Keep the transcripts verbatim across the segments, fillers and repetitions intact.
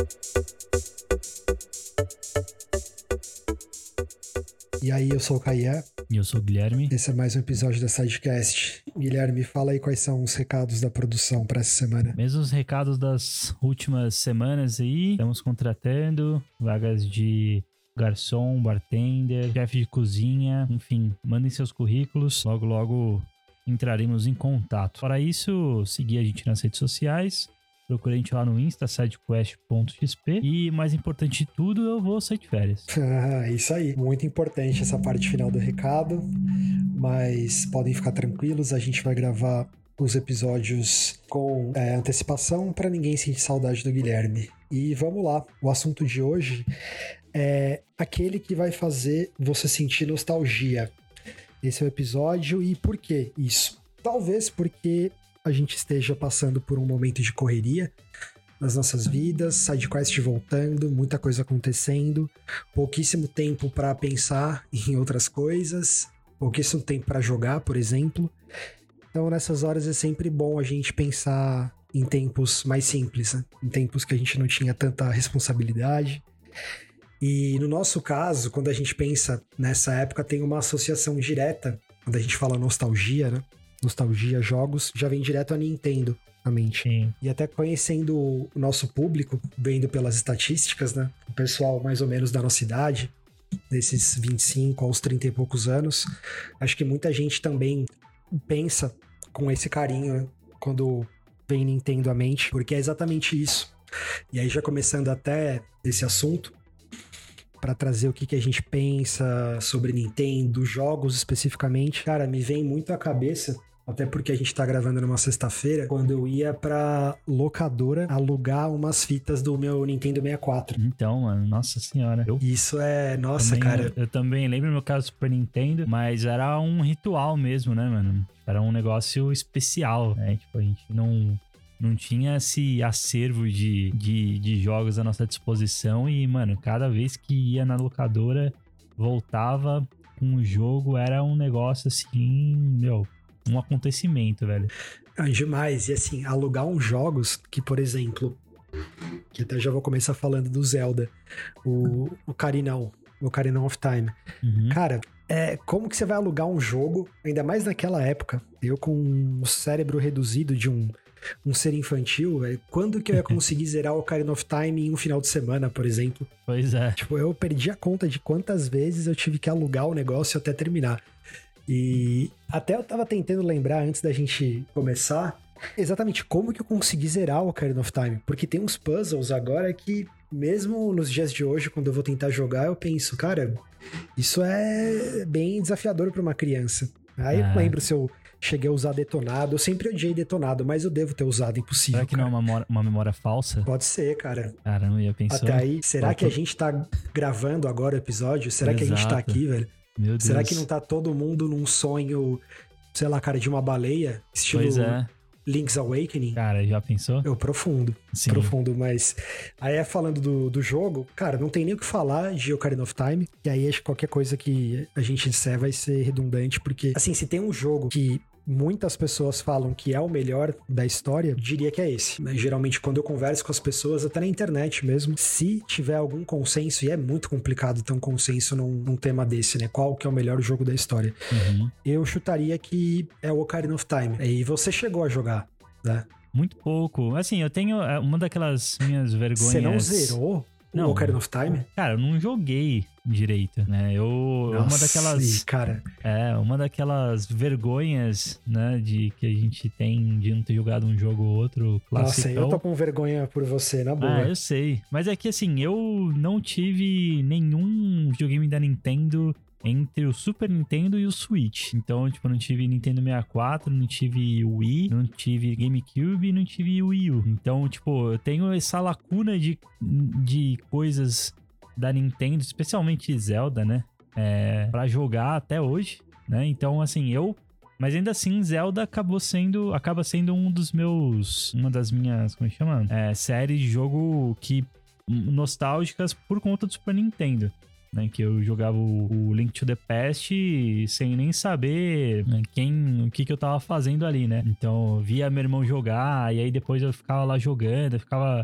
E aí, eu sou o Caiá. E eu sou o Guilherme. Esse é mais um episódio da Sidecast. Guilherme, fala aí quais são os recados da produção para essa semana. Mesmos recados das últimas semanas aí. Estamos contratando vagas de garçom, bartender, chefe de cozinha, enfim, mandem seus currículos. Logo, logo entraremos em contato. Para isso, seguir a gente nas redes sociais. Procure a gente lá no Insta, sidequest ponto x p. E, mais importante de tudo, eu vou sair de férias. Ah, isso aí. Muito importante essa parte final do recado. Mas podem ficar tranquilos, a gente vai gravar os episódios com é, antecipação para ninguém sentir saudade do Guilherme. E vamos lá. O assunto de hoje é aquele que vai fazer você sentir nostalgia. Esse é o episódio. E por que isso? Talvez porque a gente esteja passando por um momento de correria nas nossas vidas, SideQuest voltando, muita coisa acontecendo, pouquíssimo tempo para pensar em outras coisas, pouquíssimo tempo para jogar, por exemplo. Então, nessas horas é sempre bom a gente pensar em tempos mais simples, né? Em tempos que a gente não tinha tanta responsabilidade. E no nosso caso, quando a gente pensa nessa época, tem uma associação direta, quando a gente fala nostalgia, né? Nostalgia, jogos, já vem direto a Nintendo na mente. Sim. E até conhecendo o nosso público, vendo pelas estatísticas, né? O pessoal mais ou menos da nossa idade, desses vinte e cinco aos trinta e poucos anos, acho que muita gente também pensa com esse carinho, né? Quando vem Nintendo à mente, porque é exatamente isso. E aí já começando até esse assunto, para trazer o que, que a gente pensa sobre Nintendo, jogos especificamente, cara, me vem muito à cabeça, até porque a gente tá gravando numa sexta-feira, quando eu ia pra locadora alugar umas fitas do meu Nintendo sessenta e quatro. Então, mano, nossa senhora. Eu Isso é, nossa, também, cara. Eu, eu também lembro no meu caso do Super Nintendo, mas era um ritual mesmo, né, mano? Era um negócio especial, né? Tipo, a gente não... Não tinha esse acervo de, de, de jogos à nossa disposição e, mano, cada vez que ia na locadora, voltava com um jogo, era um negócio assim, meu, um acontecimento, velho. É demais. E assim, alugar uns jogos que, por exemplo, que até já vou começar falando do Zelda, o, o Ocarina, o Ocarina of Time. Uhum. Cara, é, como que você vai alugar um jogo, ainda mais naquela época, eu com o cérebro reduzido de um... um ser infantil, velho. Quando que eu ia conseguir zerar o Ocarina of Time em um final de semana, por exemplo? Pois é. Tipo, eu perdi a conta de quantas vezes eu tive que alugar o negócio até terminar. E até eu tava tentando lembrar, antes da gente começar, exatamente como que eu consegui zerar o Ocarina of Time. Porque tem uns puzzles agora que, mesmo nos dias de hoje, quando eu vou tentar jogar, eu penso, cara, isso é bem desafiador pra uma criança. Aí Ah. eu lembro se eu cheguei a usar detonado. Eu sempre odiei detonado, mas eu devo ter usado. Impossível, Será que cara. não é uma memória, uma memória falsa? Pode ser, cara. Caramba, eu pensou. Até aí, será Pô, que a gente tá gravando agora o episódio? Será que a gente tá Exato. aqui, velho? Meu Deus. Será que não tá todo mundo num sonho, sei lá, cara, de uma baleia? Estilo Pois é. Link's Awakening? Cara, já pensou? Eu profundo, Sim. profundo, mas... Aí é falando do, do jogo, cara, não tem nem o que falar de Ocarina of Time, e aí acho que qualquer coisa que a gente disser vai ser redundante, porque, assim, se tem um jogo que muitas pessoas falam que é o melhor da história, diria que é esse. Né? Geralmente, quando eu converso com as pessoas, até na internet mesmo, se tiver algum consenso, e é muito complicado ter um consenso num, num tema desse, né? Qual que é o melhor jogo da história? Uhum. Eu chutaria que é o Ocarina of Time. E você chegou a jogar, né? Muito pouco. Assim, eu tenho é, uma daquelas minhas vergonhas... Você não zerou Não. o Ocarina of Time? Cara, eu não joguei direito, né? Eu... Nossa, uma daquelas... cara... É, uma daquelas vergonhas, né? De que a gente tem de não ter jogado um jogo ou outro Nossa, classicão. eu tô com vergonha por você, na boa. Ah, eu sei. Mas é que assim, eu não tive nenhum videogame da Nintendo entre o Super Nintendo e o Switch. Então, tipo, eu não tive Nintendo sessenta e quatro, não tive Wii, não tive GameCube e não tive Wii U. Então, tipo, eu tenho essa lacuna de, de coisas da Nintendo, especialmente Zelda, né? É, pra jogar até hoje, né? Então, assim, eu... Mas ainda assim, Zelda acabou sendo... Acaba sendo um dos meus... Uma das minhas... Como é que chama? É, séries de jogo que... nostálgicas por conta do Super Nintendo. Né, que eu jogava o, o Link to the Past sem nem saber, né, quem, o que, que eu tava fazendo ali, né? Então, eu via meu irmão jogar, e aí depois eu ficava lá jogando, eu ficava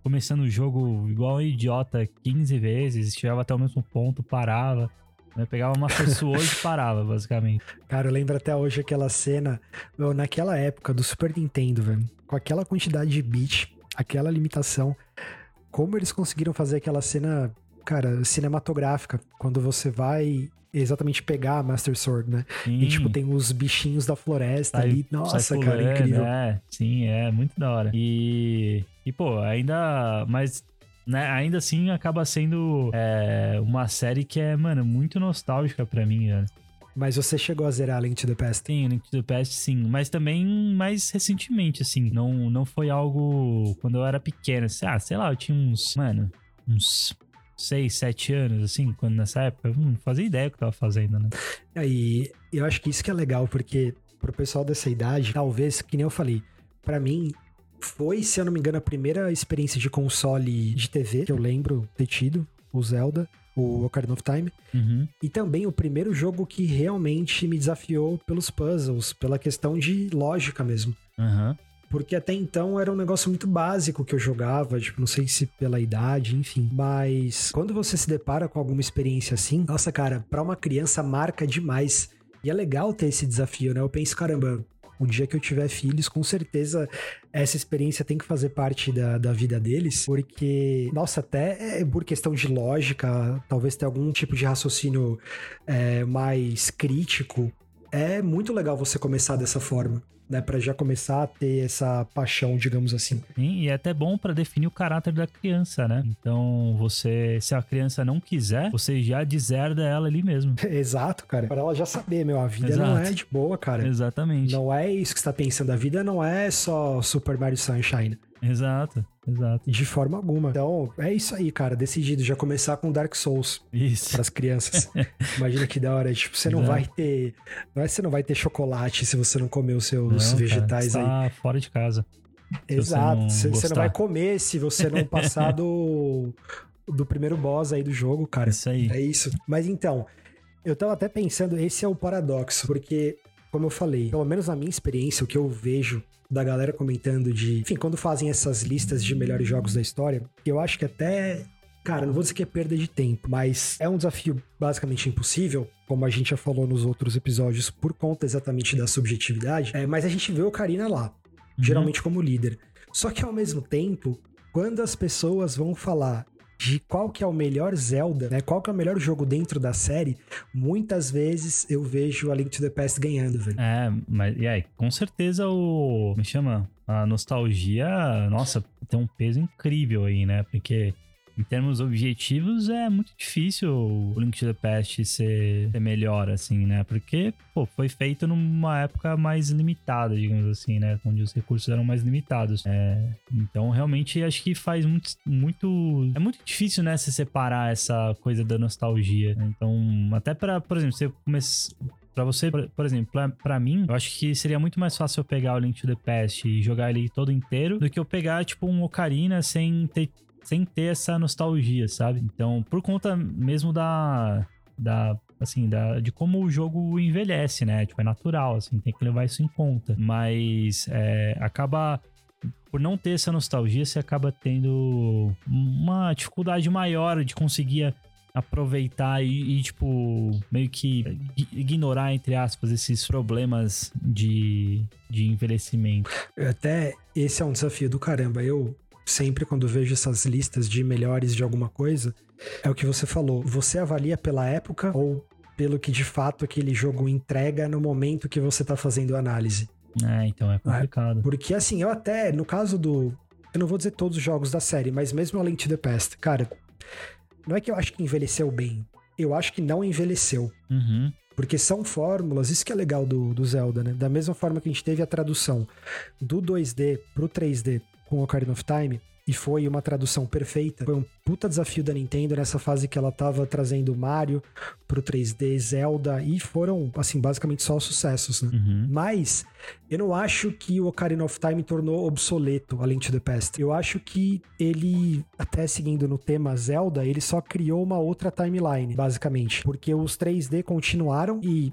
começando o jogo igual um idiota quinze vezes, chegava até o mesmo ponto, parava. Né? Pegava Master Sword e parava, basicamente. Cara, eu lembro até hoje aquela cena, meu, naquela época do Super Nintendo, velho, com aquela quantidade de bit, aquela limitação, como eles conseguiram fazer aquela cena, cara, cinematográfica, quando você vai exatamente pegar a Master Sword, né? Sim. E, tipo, tem os bichinhos da floresta sai, ali. Nossa, pulando, cara, incrível. É, sim, é muito da hora. E, e pô, ainda... Mas... Né, ainda assim, acaba sendo é, uma série que é, mano, muito nostálgica pra mim, velho. Mas você chegou a zerar Link to the Past? Sim, Link to the Past, sim. Mas também mais recentemente, assim. Não, não foi algo quando eu era pequeno. Ah, sei lá, eu tinha uns, mano, uns seis, sete anos, assim, quando nessa época. Eu não fazia ideia do que eu tava fazendo, né? Aí, eu acho que isso que é legal, porque pro pessoal dessa idade, talvez, que nem eu falei, pra mim... Foi, se eu não me engano, a primeira experiência de console de T V que eu lembro ter tido, o Zelda, o Ocarina of Time. Uhum. E também o primeiro jogo que realmente me desafiou pelos puzzles, pela questão de lógica mesmo. Uhum. Porque até então era um negócio muito básico que eu jogava, tipo, não sei se pela idade, enfim. Mas quando você se depara com alguma experiência assim, nossa, cara, pra uma criança marca demais. E é legal ter esse desafio, né? Eu penso, caramba... O dia que eu tiver filhos, com certeza essa experiência tem que fazer parte da, da vida deles, porque, nossa, até por questão de lógica, talvez ter algum tipo de raciocínio é, mais crítico, é muito legal você começar dessa forma, né? Pra já começar a ter essa paixão, digamos assim. Sim, e é até bom pra definir o caráter da criança, né? Então, você, se a criança não quiser, você já deserda ela ali mesmo. Exato, cara. Pra ela já saber, meu, a vida Exato. não é de boa, cara. Exatamente. Não é isso que você tá pensando. A vida não é só Super Mario Sunshine. Exato, exato. De forma alguma. Então, é isso aí, cara. Decidido. Já começar com Dark Souls. Isso. Pras crianças. Imagina que da hora. Tipo, você não Exato. vai ter... Não é que você não vai ter chocolate se você não comer os seus Não, vegetais cara, você aí. tá fora de casa. Exato. Você não, você não vai comer se você não passar do... do primeiro boss aí do jogo, cara. Isso aí. É isso. Mas então, eu tava até pensando, esse é o paradoxo. Porque, como eu falei, pelo menos na minha experiência, o que eu vejo da galera comentando de... Enfim, quando fazem essas listas de melhores jogos da história, eu acho que até... Cara, não vou dizer que é perda de tempo, mas é um desafio basicamente impossível, como a gente já falou nos outros episódios, por conta exatamente da subjetividade. É, mas a gente vê o Ocarina lá, uhum. geralmente como líder. Só que ao mesmo tempo, quando as pessoas vão falar de qual que é o melhor Zelda, né? Qual que é o melhor jogo dentro da série, muitas vezes eu vejo a Link to the Past ganhando, velho. É, mas e aí, com certeza o... Me chama? A nostalgia, nossa, tem um peso incrível aí, né? Porque... Em termos objetivos, é muito difícil o Link to the Past ser, ser melhor, assim, né? Porque, pô, foi feito numa época mais limitada, digamos assim, né? Onde os recursos eram mais limitados. É, então, realmente, acho que faz muito, muito... É muito difícil, né? Se separar essa coisa da nostalgia. Né? Então, até pra, por exemplo, você começar... Pra você, por, por exemplo, pra, pra mim, eu acho que seria muito mais fácil eu pegar o Link to the Past e jogar ele todo inteiro do que eu pegar, tipo, um Ocarina sem ter... sem ter essa nostalgia, sabe? Então, por conta mesmo da... da assim, da, de como o jogo envelhece, né? Tipo, é natural, assim, tem que levar isso em conta. Mas é, acaba... Por não ter essa nostalgia, você acaba tendo uma dificuldade maior de conseguir aproveitar e, e tipo, meio que ignorar, entre aspas, esses problemas de, de envelhecimento. Até esse é um desafio do caramba. Eu... Sempre quando vejo essas listas de melhores de alguma coisa, é o que você falou. Você avalia pela época ou pelo que de fato aquele jogo entrega no momento que você tá fazendo a análise? É, então é complicado. É, porque assim, eu até, no caso do... Eu não vou dizer todos os jogos da série, mas mesmo a Link to the Past, cara, não é que eu acho que envelheceu bem. Eu acho que não envelheceu. Uhum. Porque são fórmulas, isso que é legal do, do Zelda, né? Da mesma forma que a gente teve a tradução do dois D pro três D com Ocarina of Time, e foi uma tradução perfeita. Foi um puta desafio da Nintendo nessa fase que ela tava trazendo Mario pro três D, Zelda, e foram, assim, basicamente só sucessos, né? Uhum. Mas eu não acho que o Ocarina of Time tornou obsoleto a Link to the Past. Eu acho que ele, até seguindo no tema Zelda, ele só criou uma outra timeline, basicamente. Porque os três D continuaram e...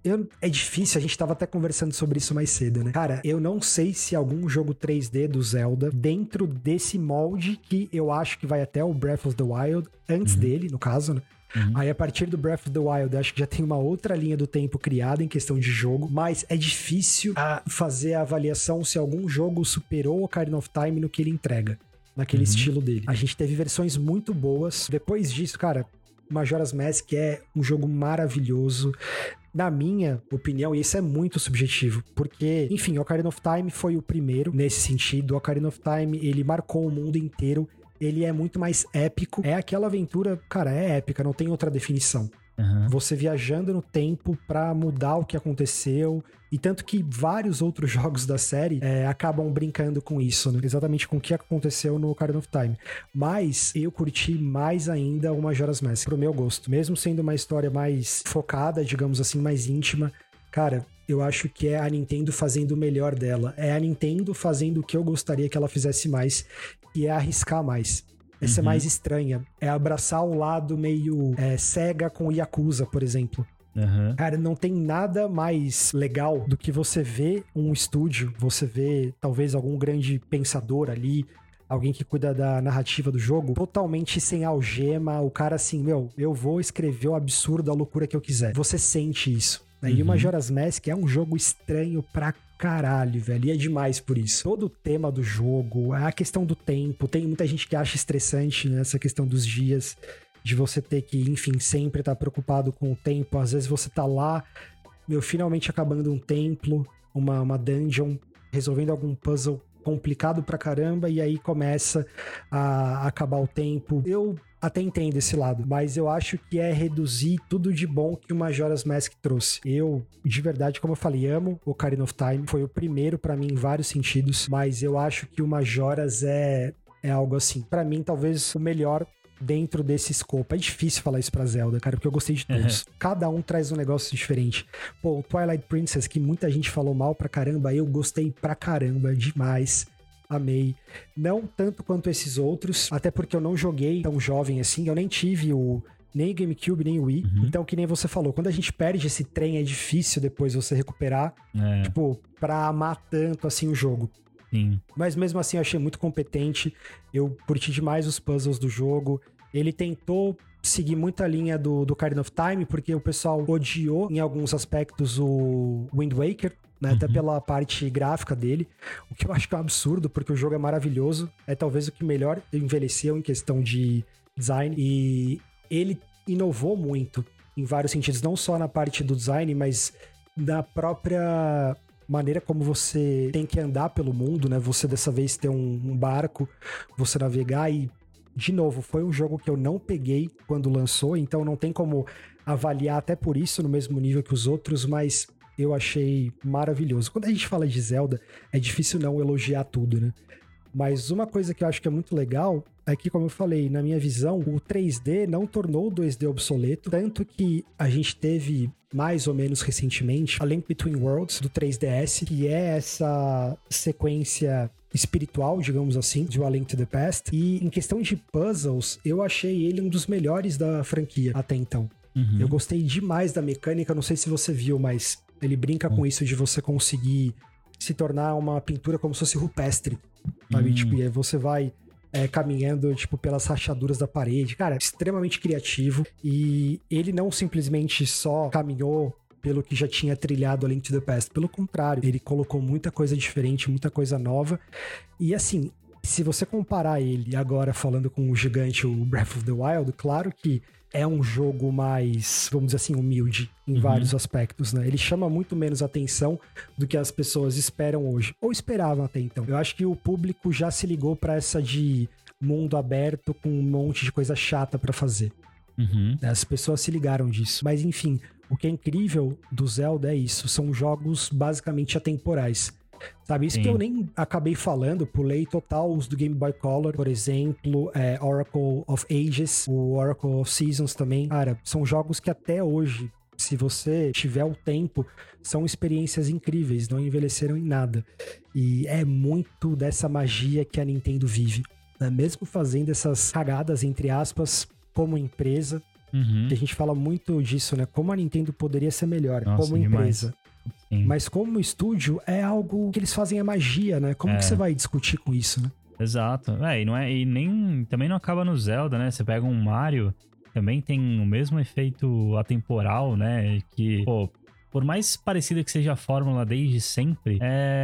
eu, é difícil, a gente tava até conversando sobre isso mais cedo, né? Cara, eu não sei se algum jogo três D do Zelda, dentro desse molde que eu acho que vai até o Breath of the Wild, antes uhum. dele, no caso, né? Uhum. Aí, a partir do Breath of the Wild, eu acho que já tem uma outra linha do tempo criada em questão de jogo, mas é difícil a fazer a avaliação se algum jogo superou o Ocarina of Time no que ele entrega, naquele uhum. estilo dele. A gente teve versões muito boas. Depois disso, cara, Majora's Mask é um jogo maravilhoso. Na minha opinião, e isso é muito subjetivo, porque, enfim, Ocarina of Time foi o primeiro nesse sentido. Ocarina of Time, ele marcou o mundo inteiro. Ele é muito mais épico. É aquela aventura, cara, é épica, não tem outra definição. Uhum. Você viajando no tempo pra mudar o que aconteceu. E tanto que vários outros jogos da série é, acabam brincando com isso, né? Exatamente com o que aconteceu no Ocarina of Time. Mas eu curti mais ainda o Majora's Mask, pro meu gosto. Mesmo sendo uma história mais focada, digamos assim, mais íntima, cara, eu acho que é a Nintendo fazendo o melhor dela. É a Nintendo fazendo o que eu gostaria que ela fizesse mais, que é arriscar mais. É ser uhum. mais estranha. É abraçar o lado meio é, cega com Yakuza, por exemplo. Uhum. Cara, não tem nada mais legal do que você ver um estúdio, você ver talvez algum grande pensador ali, alguém que cuida da narrativa do jogo, totalmente sem algema, o cara assim, meu, eu vou escrever o absurdo, a loucura que eu quiser. Você sente isso. Uhum. E o Majora's Mask é um jogo estranho pra caralho, velho, e é demais por isso. Todo o tema do jogo, a questão do tempo, tem muita gente que acha estressante, né, essa questão dos dias, de você ter que, enfim, sempre estar preocupado com o tempo. Às vezes você tá lá, meu, finalmente acabando um templo, uma, uma dungeon, resolvendo algum puzzle complicado pra caramba, e aí começa a acabar o tempo. Eu até entendo esse lado, mas eu acho que é reduzir tudo de bom que o Majora's Mask trouxe. Eu, de verdade, como eu falei, amo o Ocarina of Time, foi o primeiro pra mim em vários sentidos, mas eu acho que o Majora's é, é algo assim, pra mim, talvez o melhor dentro desse escopo. É difícil falar isso pra Zelda, cara, porque eu gostei de todos. Uhum. Cada um traz um negócio diferente. Pô, o Twilight Princess, que muita gente falou mal pra caramba, eu gostei pra caramba, demais. Amei. Não tanto quanto esses outros, até porque eu não joguei tão jovem assim, eu nem tive o nem o GameCube, nem o Wii. Uhum. Então, que nem você falou, quando a gente perde esse trem, é difícil depois você recuperar, é. tipo, pra amar tanto assim o jogo. Sim. Mas mesmo assim, eu achei muito competente. Eu curti demais os puzzles do jogo. Ele tentou seguir muita linha do, do Ocarina of Time, porque o pessoal odiou em alguns aspectos o Wind Waker, né? Uhum. Até pela parte gráfica dele, o que eu acho que é um absurdo, porque o jogo é maravilhoso, é talvez o que melhor envelheceu em questão de design, e ele inovou muito em vários sentidos, não só na parte do design, mas na própria maneira como você tem que andar pelo mundo, né? Você dessa vez ter um, um barco, você navegar, e de novo, foi um jogo que eu não peguei quando lançou, então não tem como avaliar até por isso no mesmo nível que os outros, mas eu achei maravilhoso. Quando a gente fala de Zelda, é difícil não elogiar tudo, né? Mas uma coisa que eu acho que é muito legal é que, como eu falei, na minha visão, o três D não tornou o dois D obsoleto, tanto que a gente teve, mais ou menos recentemente, A Link Between Worlds, do três D S, que é essa sequência espiritual, digamos assim, de A Link to the Past. E em questão de puzzles, eu achei ele um dos melhores da franquia até então. Uhum. Eu gostei demais da mecânica, não sei se você viu, mas ele brinca uhum. com isso de você conseguir se tornar uma pintura como se fosse rupestre, sabe? Uhum. Tipo, e aí você vai é, caminhando, tipo, pelas rachaduras da parede. Cara, extremamente criativo, e ele não simplesmente só caminhou pelo que já tinha trilhado A Link to the Past. Pelo contrário, ele colocou muita coisa diferente, muita coisa nova. E assim, se você comparar ele agora falando com o gigante, o Breath of the Wild, claro que é um jogo mais, vamos dizer assim, humilde em uhum. vários aspectos, né? Ele chama muito menos atenção do que as pessoas esperam hoje, ou esperavam até então. Eu acho que o público já se ligou pra essa de mundo aberto com um monte de coisa chata pra fazer. Uhum. As pessoas se ligaram disso. Mas enfim, o que é incrível do Zelda é isso, são jogos basicamente atemporais. Sabe, isso Sim. que eu nem acabei falando, pulei total os do Game Boy Color, por exemplo, é, Oracle of Ages, o Oracle of Seasons também. Cara, são jogos que até hoje, se você tiver o tempo, são experiências incríveis, não envelheceram em nada. E é muito dessa magia que a Nintendo vive, né? Mesmo fazendo essas cagadas, entre aspas, como empresa, Uhum. Que a gente fala muito disso, né? Como a Nintendo poderia ser melhor Nossa, como demais. empresa. Sim. Mas como estúdio, é algo que eles fazem a magia, né? Como É. que você vai discutir com isso, né? Exato. É, e, não é, e nem, também não acaba no Zelda, né? Você pega um Mario, também tem o mesmo efeito atemporal, né? Que, pô, por mais parecida que seja a fórmula desde sempre,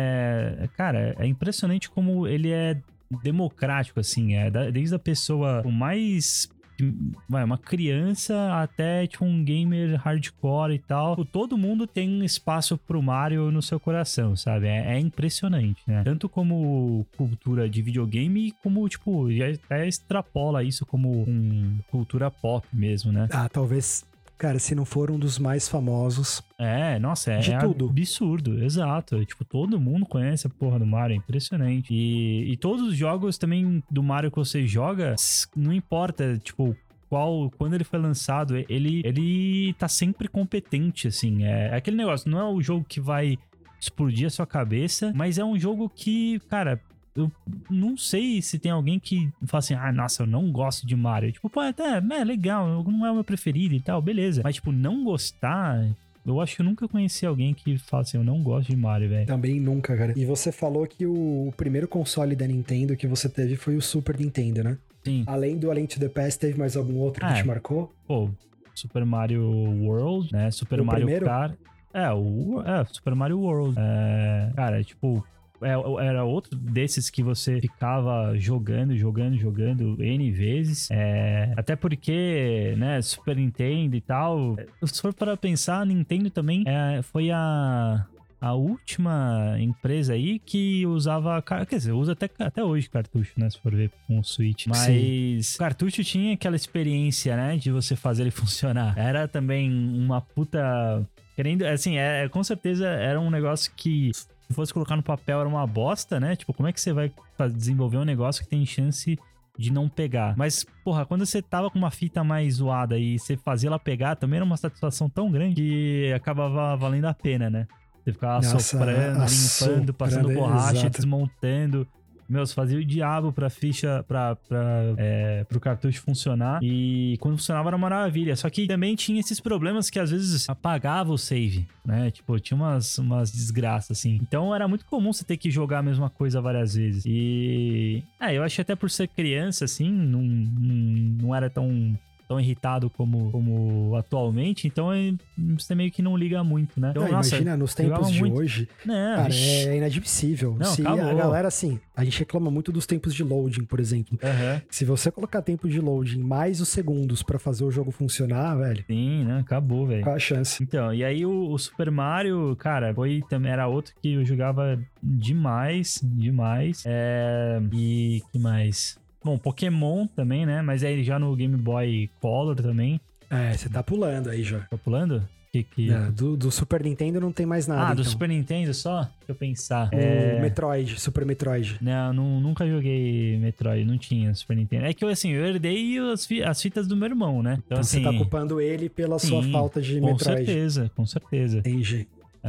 é... Cara, é impressionante como ele é democrático, assim. É da- desde a pessoa o mais... Vai, uma criança até, tipo, um gamer hardcore e tal. Tipo, todo mundo tem espaço pro Mario no seu coração, sabe? É, é impressionante, né? Tanto como cultura de videogame, como, tipo, já até extrapola isso como um cultura pop mesmo, né? Ah, talvez, cara, se não for um dos mais famosos. É, nossa, é, De é tudo. absurdo, exato. Tipo, todo mundo conhece a porra do Mario, é impressionante. E, e todos os jogos também do Mario que você joga, não importa, tipo, qual, quando ele foi lançado, ele, ele tá sempre competente, assim. É, é aquele negócio, não é o jogo que vai explodir a sua cabeça, mas é um jogo que, cara... Eu não sei se tem alguém que fala assim, ah, nossa, eu não gosto de Mario. Tipo, pô, até, é legal, não é o meu preferido e tal, beleza. Mas, tipo, não gostar, eu acho que eu nunca conheci alguém que fala assim, eu não gosto de Mario, velho. Também nunca, cara. E você falou que o, o primeiro console da Nintendo que você teve foi o Super Nintendo, né? Sim. Além do A Link to the Past, teve mais algum outro Ah, que é. te marcou? Pô, Super Mario World, né? Super O Mario primeiro? Kart. É, o é, Super Mario World. É, cara, tipo... É, era outro desses que você ficava jogando, jogando, jogando N vezes. É, até porque, né, Super Nintendo e tal. Se for para pensar, a Nintendo também é, foi a, a última empresa aí que usava... Quer dizer, usa até, até hoje cartucho, né, se for ver com o Switch. Mas o cartucho tinha aquela experiência, né, de você fazer ele funcionar. Era também uma puta... Querendo, assim, é, com certeza era um negócio que... Se fosse colocar no papel, era uma bosta, né? Tipo, como é que você vai desenvolver um negócio que tem chance de não pegar? Mas, porra, quando você tava com uma fita mais zoada e você fazia ela pegar, também era uma satisfação tão grande que acabava valendo a pena, né? Você ficava Nossa, soprando, limpando, passando borracha, exato. desmontando. Meu, você fazia o diabo pra ficha, pra, pra, é, pro cartucho funcionar. E quando funcionava era uma maravilha. Só que também tinha esses problemas que às vezes apagava o save, né? Tipo, tinha umas, umas desgraças, assim. Então era muito comum você ter que jogar a mesma coisa várias vezes. E... É, eu acho que até por ser criança, assim, não, não, não era tão... tão irritado como, como atualmente, então você meio que não liga muito, né? Então, não, nossa, imagina, nos tempos de muito. hoje, Não, cara, ixi. é inadmissível. Não, Se acabou. a galera, assim, a gente reclama muito dos tempos de loading, por exemplo. Uhum. Se você colocar tempo de loading mais os segundos pra fazer o jogo funcionar, velho, Sim, né? Acabou, velho. qual a chance? Então, e aí o, o Super Mario, cara, foi também era outro que eu jogava demais, demais. É, e que mais? Bom, Pokémon também, né? Mas aí já no Game Boy Color também. É, você tá pulando aí já. Tá pulando? Que, que... É, do, do Super Nintendo não tem mais nada, Ah, do então. Super Nintendo só? Deixa eu pensar. O É... Metroid, Super Metroid. Não, não, nunca joguei Metroid, não tinha Super Nintendo. É que eu, assim, eu herdei as, fi- as fitas do meu irmão, né? Então, Então assim... você tá culpando ele pela sua sim, falta de com Metroid. certeza, com certeza. Entendi.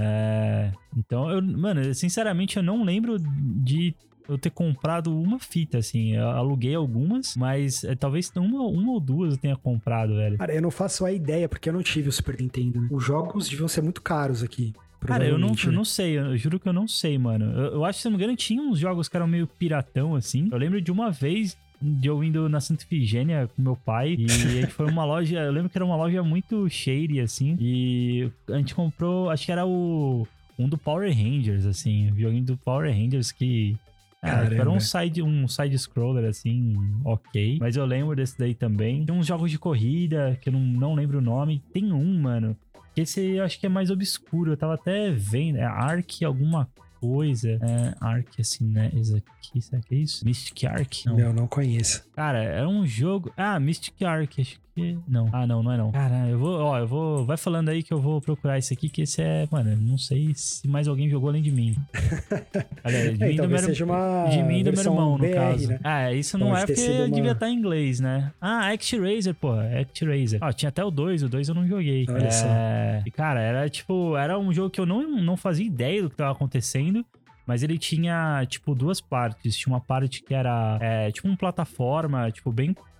É, então, eu, mano, sinceramente, eu não lembro de eu ter comprado uma fita, assim. Eu aluguei algumas, mas é, talvez uma, uma ou duas eu tenha comprado, velho. Cara, eu não faço a ideia, porque eu não tive o Super Nintendo, né? Os jogos deviam ser muito caros aqui. Cara, eu não, provavelmente, eu né? não sei, eu juro que eu não sei, mano. Eu, eu acho que, se não me engano, tinha uns jogos que eram meio piratão, assim. Eu lembro de uma vez de eu indo na Santa Ifigênia com meu pai, e a gente foi numa loja, eu lembro que era uma loja muito shady, assim, e a gente comprou, acho que era o um do Power Rangers, assim, o joguinho do Power Rangers que... Ah, Caramba. era um side, um side-scroller, assim, ok. Mas eu lembro desse daí também. Tem uns jogos de corrida, que eu não, não lembro o nome. Tem um, mano, que esse eu acho que é mais obscuro. Eu tava até vendo, é Ark alguma coisa. É, Ark, assim, né? Esse aqui, será que é isso? Mystic Ark? Não. Não, não conheço. Cara, era um jogo... Ah, Mystic Ark, acho que... Não. Ah, não, não é não. Cara, eu vou... Ó, eu vou... Vai falando aí que eu vou procurar esse aqui, que esse é... Mano, não sei se mais alguém jogou além de mim. Olha, de É, mim e do talvez meu... seja uma De mim e do meu versão irmão, no B R, caso. né? Ah, isso não Pode é ter porque sido uma- devia estar em inglês, né? Ah, ActRaiser, porra. ActRaiser. Ó, tinha até o dois. O dois eu não joguei. Olha é... só. E, cara, era tipo... Era um jogo que eu não, não fazia ideia do que tava acontecendo. Mas ele tinha, tipo, duas partes. Tinha uma parte que era, é, tipo, uma plataforma, tipo, bem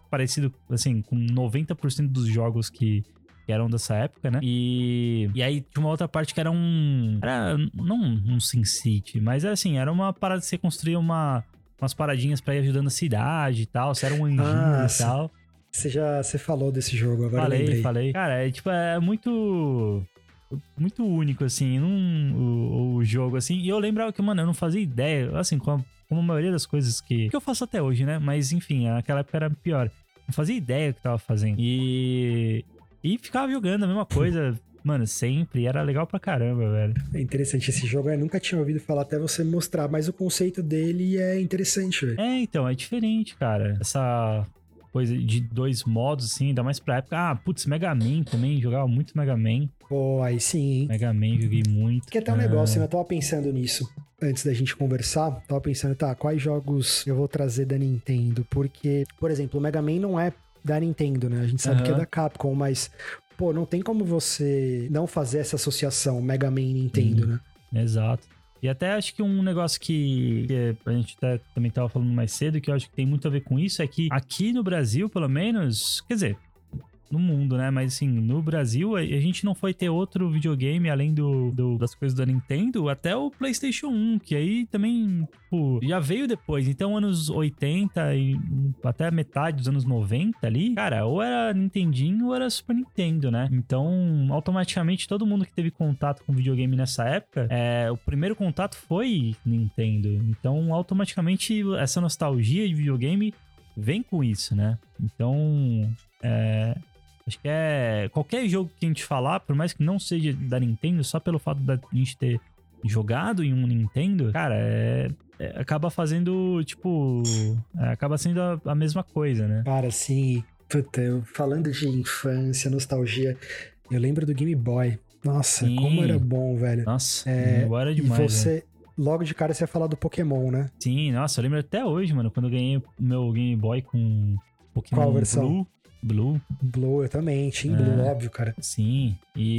parecido, assim, com noventa por cento dos jogos que, que eram dessa época, né? E, e aí tinha uma outra parte que era um... Era não um SimCity, mas era assim, era uma parada de você construir uma, umas paradinhas pra ir ajudando a cidade e tal. Você era um anjinho Ah, e tal. Você já você falou desse jogo, agora falei, eu lembrei. Falei, Cara, é tipo, é muito... Muito único, assim, num, o, o jogo, assim. E eu lembrava que, mano, eu não fazia ideia, assim, como a, como a maioria das coisas que, que eu faço até hoje, né? Mas, enfim, naquela época era pior. Não fazia ideia do que tava fazendo. E... E ficava jogando a mesma coisa, mano, sempre. E era legal pra caramba, velho. É interessante esse jogo, eu nunca tinha ouvido falar até você me mostrar, mas o conceito dele é interessante, velho. É, então, é diferente, cara. Essa... coisa de dois modos, assim, ainda mais pra época. Ah, putz, Mega Man também, jogava muito Mega Man. Pô, aí sim, hein? Mega Man, joguei muito. Que até um negócio, né? Eu tava pensando nisso antes da gente conversar. Tava pensando, tá, quais jogos eu vou trazer da Nintendo? Porque, por exemplo, o Mega Man não é da Nintendo, né? A gente sabe uhum. que é da Capcom, mas, pô, não tem como você não fazer essa associação Mega Man e Nintendo, hum, né? Exato. E até acho que um negócio que, que a gente até, também tava falando mais cedo, que eu acho que tem muito a ver com isso, é que aqui no Brasil, pelo menos, quer dizer, no mundo, né? Mas assim, no Brasil, a gente não foi ter outro videogame além do, do, das coisas da Nintendo, até o PlayStation um, que aí também, tipo, já veio depois. Então, anos oitenta e até metade dos anos noventa ali, cara, ou era Nintendinho ou era Super Nintendo, né? Então, automaticamente, todo mundo que teve contato com videogame nessa época, é, o primeiro contato foi Nintendo. Então, automaticamente, essa nostalgia de videogame vem com isso, né? Então, é... acho que é... qualquer jogo que a gente falar, por mais que não seja da Nintendo, só pelo fato da gente ter jogado em um Nintendo, cara, é... é acaba fazendo, tipo... É, acaba sendo a, a mesma coisa, né? Cara, sim. Puta, eu, falando de infância, nostalgia, eu lembro do Game Boy. Nossa, sim. Como era bom, velho. Nossa, é... agora é demais, e você... né? Logo de cara você ia falar do Pokémon, né? Sim, nossa, eu lembro até hoje, mano, quando eu ganhei o meu Game Boy com Pokémon Qual versão? Blue. Blue. Blue, eu também. Team é, Blue, óbvio, cara. Sim.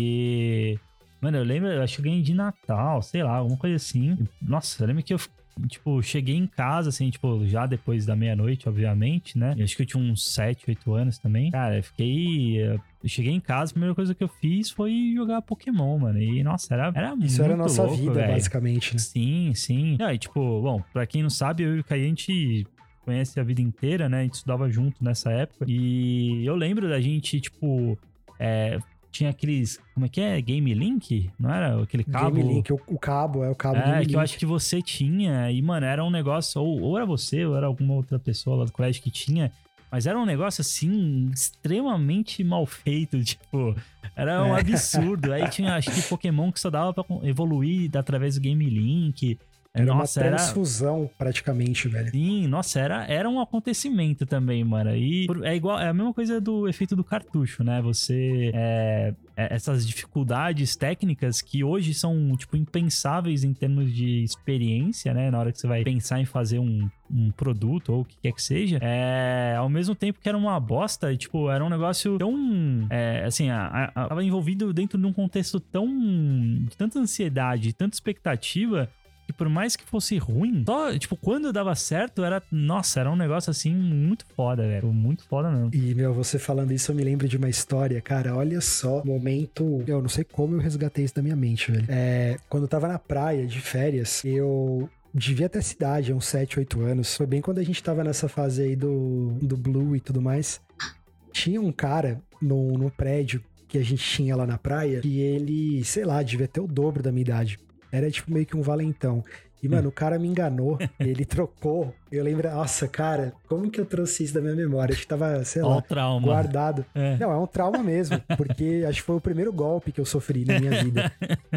E... Mano, eu lembro, eu acho que eu ganhei de Natal, sei lá, alguma coisa assim. Nossa, eu lembro que eu, tipo, cheguei em casa, assim, tipo, já depois da meia-noite, obviamente, né? Eu acho que eu tinha uns sete, oito anos também. Cara, eu fiquei... Eu cheguei em casa, a primeira coisa que eu fiz foi jogar Pokémon, mano. E, nossa, era, era muito Isso era a nossa louco, vida, véio. basicamente, né? Sim, sim. E, tipo, bom, pra quem não sabe, eu e o Caí, a gente... conhece a vida inteira, né? A gente estudava junto nessa época. E eu lembro da gente, tipo... É, tinha aqueles... Como é que é? Game Link? Não era? Aquele cabo... Game Link, o, o cabo, é o cabo é, Game que Link. eu acho que você tinha. E, mano, era um negócio... Ou, ou era você, ou era alguma outra pessoa lá do colégio que tinha. Mas era um negócio, assim, extremamente mal feito. Tipo, era um é. absurdo. Aí tinha, acho que Pokémon que só dava pra evoluir através do Game Link... Era nossa, uma transfusão, era... praticamente, velho. Sim, nossa, era, era um acontecimento também, mano. E é igual, é a mesma coisa do efeito do cartucho, né? Você... É, é, essas dificuldades técnicas que hoje são, tipo, impensáveis em termos de experiência, né? Na hora que você vai pensar em fazer um, um produto ou o que quer que seja. É, ao mesmo tempo que era uma bosta, tipo, era um negócio tão... É, assim, a, a, tava envolvido dentro de um contexto tão... de tanta ansiedade, tanta expectativa... E por mais que fosse ruim, só, tipo, quando dava certo, era... Nossa, era um negócio, assim, muito foda, velho. Muito foda mesmo. E, meu, você falando isso, eu me lembro de uma história, cara. Olha só, momento... Eu não sei como eu resgatei isso da minha mente, velho. É, quando eu tava na praia, de férias, eu... devia ter cidade, uns sete, oito anos. Foi bem quando a gente tava nessa fase aí do, do Blue e tudo mais. Tinha um cara no, no prédio que a gente tinha lá na praia, que ele, sei lá, devia ter o dobro da minha idade. Era tipo meio que um valentão. E, mano, o cara me enganou. Ele trocou. Eu lembro... Nossa, cara, como que eu trouxe isso da minha memória? Acho que tava, sei lá, trauma. guardado. É. Não, é um trauma mesmo. Porque acho que foi o primeiro golpe que eu sofri na minha vida.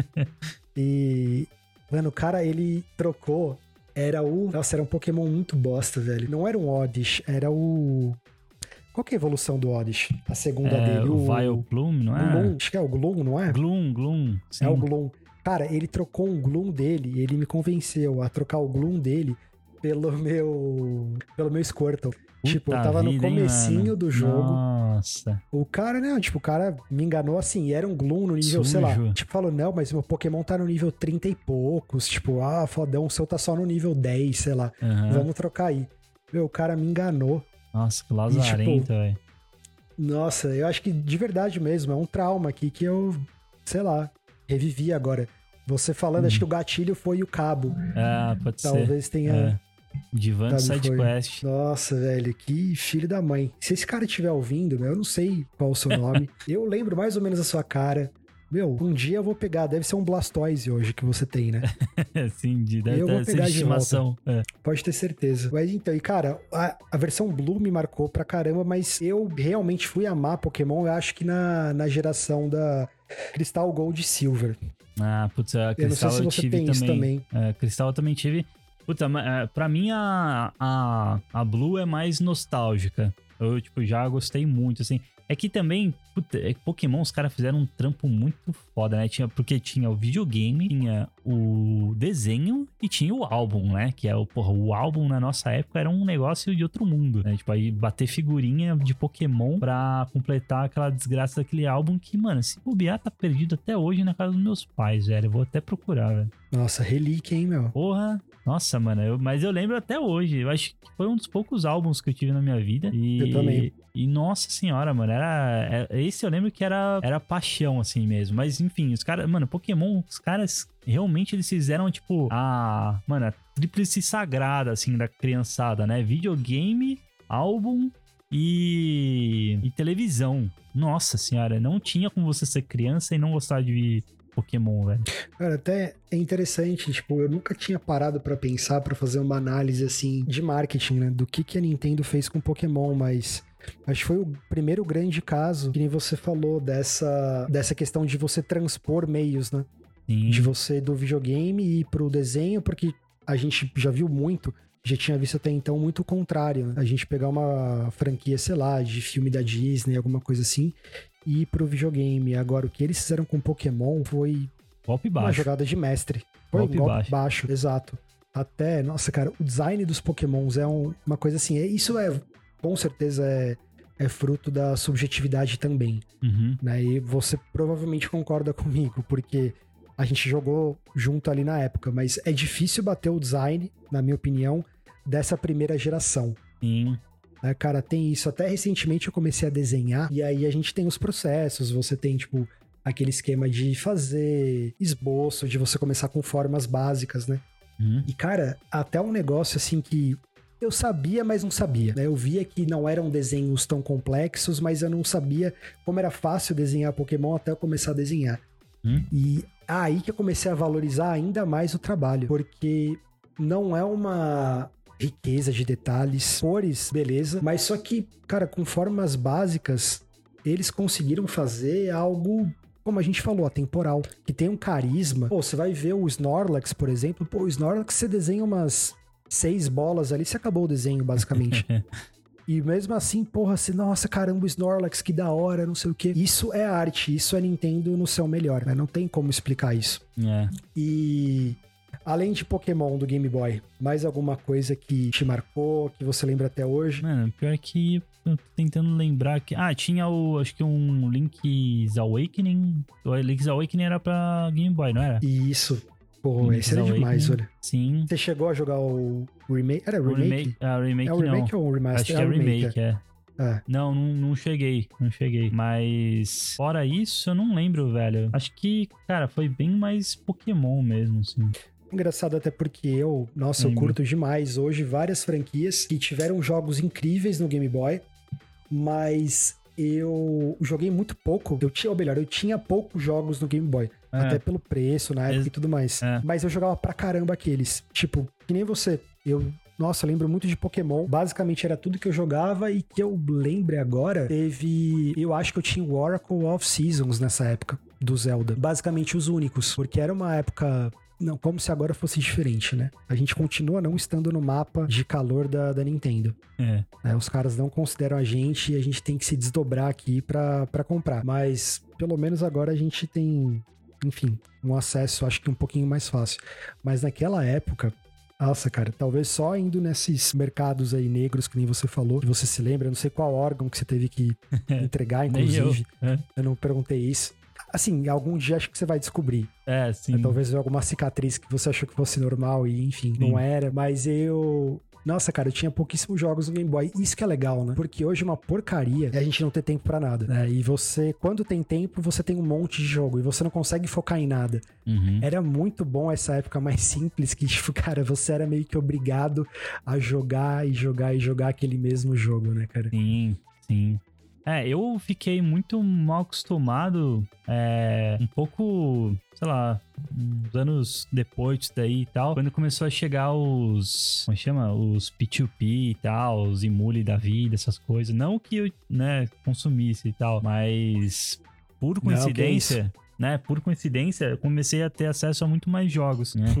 E... Mano, o cara, ele trocou. Era o... Nossa, era um Pokémon muito bosta, velho. Não era um Oddish, era o... Qual que é a evolução do Oddish? A segunda é, dele. O Vileplume, não é? Gloom. Acho que é o Gloom, não é? Gloom, Gloom. Sim. É o Gloom. Cara, ele trocou um Gloom dele, ele me convenceu a trocar o Gloom dele pelo meu pelo meu Squirtle. Puta tipo, eu tava vida, no comecinho hein, do jogo. Nossa. O cara, né, tipo, o cara me enganou assim, e era um Gloom no nível, Sujo. sei lá, tipo, falou, não, mas meu Pokémon tá no nível trinta e poucos, tipo, ah, fodão, o seu tá só no nível dez, sei lá, uhum. vamos trocar aí. Meu, o cara me enganou. Nossa, que lazarento, tipo, velho. Nossa, eu acho que de verdade mesmo, é um trauma aqui que eu, sei lá, revivi agora. Você falando, hum. acho que o gatilho foi o cabo. Ah, pode Talvez ser. Talvez tenha... É. Divan Side Quest. Nossa, velho, que filho da mãe. Se esse cara estiver ouvindo, eu não sei qual o seu nome. Eu lembro mais ou menos a sua cara. Meu, um dia eu vou pegar, deve ser um Blastoise hoje que você tem, né? Sim, de, deve eu ter vou pegar de estimação. De é. Pode ter certeza. Mas então, e cara, a, a versão Blue me marcou pra caramba, mas eu realmente fui amar Pokémon, eu acho que na, na geração da Crystal, Gold e Silver. Ah, putz, a Crystal eu, não sei se eu você tive tem também. Isso também. É, Crystal eu também tive. Puta, pra mim a, a, a Blue é mais nostálgica. Eu, tipo, já gostei muito, assim. É que também, puta, Pokémon, os caras fizeram um trampo muito foda, né? Tinha, porque tinha o videogame, tinha o desenho e tinha o álbum, né? Que é o, porra, o álbum na nossa época era um negócio de outro mundo, né? Tipo, aí bater figurinha de Pokémon pra completar aquela desgraça daquele álbum que, mano, se bobear tá perdido até hoje na casa dos meus pais, velho. Eu vou até procurar, velho. Nossa, relíquia, hein, meu? Porra, nossa, mano, eu, mas eu lembro até hoje. Eu acho que foi um dos poucos álbuns que eu tive na minha vida. E, eu também. E nossa senhora, mano, era, era. Esse eu lembro que era, era paixão, assim mesmo. Mas enfim, os caras. Mano, Pokémon, os caras realmente eles fizeram, tipo, a. Mano, a tríplice sagrada, assim, da criançada, né? Videogame, álbum e. e televisão. Nossa senhora, não tinha como você ser criança e não gostar de Pokémon, velho. Cara, até é interessante, tipo, eu nunca tinha parado pra pensar, pra fazer uma análise, assim, de marketing, né? Do que, que a Nintendo fez com Pokémon, mas acho que foi o primeiro grande caso, que nem você falou, dessa, dessa questão de você transpor meios, né? Sim. De você, do videogame, ir pro desenho, porque a gente já viu muito, já tinha visto até então muito o contrário, né? A gente pegar uma franquia, sei lá, de filme da Disney, alguma coisa assim, e ir pro videogame. Agora, o que eles fizeram com Pokémon foi golpe baixo. Uma jogada de mestre. Foi golpe, golpe baixo. baixo, exato. Até, nossa, cara, o design dos Pokémons é um, uma coisa assim, é, isso é, com certeza, é, é fruto da subjetividade também. Uhum. Né? E você provavelmente concorda comigo, porque a gente jogou junto ali na época, mas é difícil bater o design, na minha opinião, dessa primeira geração. Sim. Né, cara, tem isso. Até recentemente eu comecei a desenhar, e aí a gente tem os processos, você tem, tipo, aquele esquema de fazer esboço, de você começar com formas básicas, né? Uhum. E, cara, até um negócio, assim, que eu sabia, mas não sabia, né? Eu via que não eram desenhos tão complexos, mas eu não sabia como era fácil desenhar Pokémon até eu começar a desenhar. Uhum. E aí que eu comecei a valorizar ainda mais o trabalho, porque não é uma riqueza de detalhes, cores, beleza, mas só que, cara, com formas básicas, eles conseguiram fazer algo, como a gente falou, atemporal, que tem um carisma. Pô, você vai ver o Snorlax, por exemplo, pô, o Snorlax você desenha umas seis bolas ali, você acabou o desenho, basicamente. E mesmo assim, porra, você, nossa, caramba, o Snorlax, que da hora, não sei o quê. Isso é arte, isso é Nintendo no seu melhor, né? Não tem como explicar isso. É. E além de Pokémon do Game Boy, mais alguma coisa que te marcou, que você lembra até hoje? Mano, pior que eu tô tentando lembrar que... Ah, tinha o, acho que um Link's Awakening. O Link's Awakening era pra Game Boy, não era? Isso. Pô, Link's esse era Awakening. demais, olha. Sim. Você chegou a jogar o remake? Era O remake? remake, ah, remake é o remake não. ou o remaster? Acho que é remake, é. É. Não, não, não cheguei, não cheguei. Mas fora isso, eu não lembro, velho. Acho que, cara, foi bem mais Pokémon mesmo, assim. Engraçado até porque eu, nossa, Lembro. eu curto demais hoje várias franquias que tiveram jogos incríveis no Game Boy, mas eu joguei muito pouco. Eu tinha, ou melhor, eu tinha poucos jogos no Game Boy. É. Até pelo preço na época Ex- e tudo mais. É. Mas eu jogava pra caramba aqueles. Tipo, que nem você. Eu, nossa, lembro muito de Pokémon. Basicamente era tudo que eu jogava e que eu lembre agora, teve... Eu acho que eu tinha o Oracle of Seasons nessa época, do Zelda. Basicamente os únicos. Porque era uma época... Não, como se agora fosse diferente, né? A gente continua não estando no mapa de calor da, da Nintendo. É. É, os caras não consideram a gente e a gente tem que se desdobrar aqui pra, pra comprar. Mas, pelo menos agora a gente tem, enfim, um acesso, acho que um pouquinho mais fácil. Mas naquela época... Nossa, cara, talvez só indo nesses mercados aí negros, que nem você falou, que você se lembra, eu não sei qual órgão que você teve que entregar, inclusive. Nem eu. É. Eu não perguntei isso. Assim, algum dia acho que você vai descobrir. É, sim. É, talvez alguma cicatriz que você achou que fosse normal e, enfim, Sim. não era. Mas eu... Nossa, cara, eu tinha pouquíssimos jogos no Game Boy. Isso que é legal, né? Porque hoje é uma porcaria e a gente não tem tempo pra nada, né? E você, quando tem tempo, você tem um monte de jogo e você não consegue focar em nada. Uhum. Era muito bom essa época mais simples que, tipo, cara, você era meio que obrigado a jogar e jogar e jogar aquele mesmo jogo, né, cara? Sim, sim. É, eu fiquei muito mal acostumado, é, um pouco, sei lá, uns anos depois disso daí e tal, quando começou a chegar os, como chama? Os P dois P e tal, os emule da vida, essas coisas. Não que eu, né, consumisse e tal, mas por coincidência... né, por coincidência, eu comecei a ter acesso a muito mais jogos, né?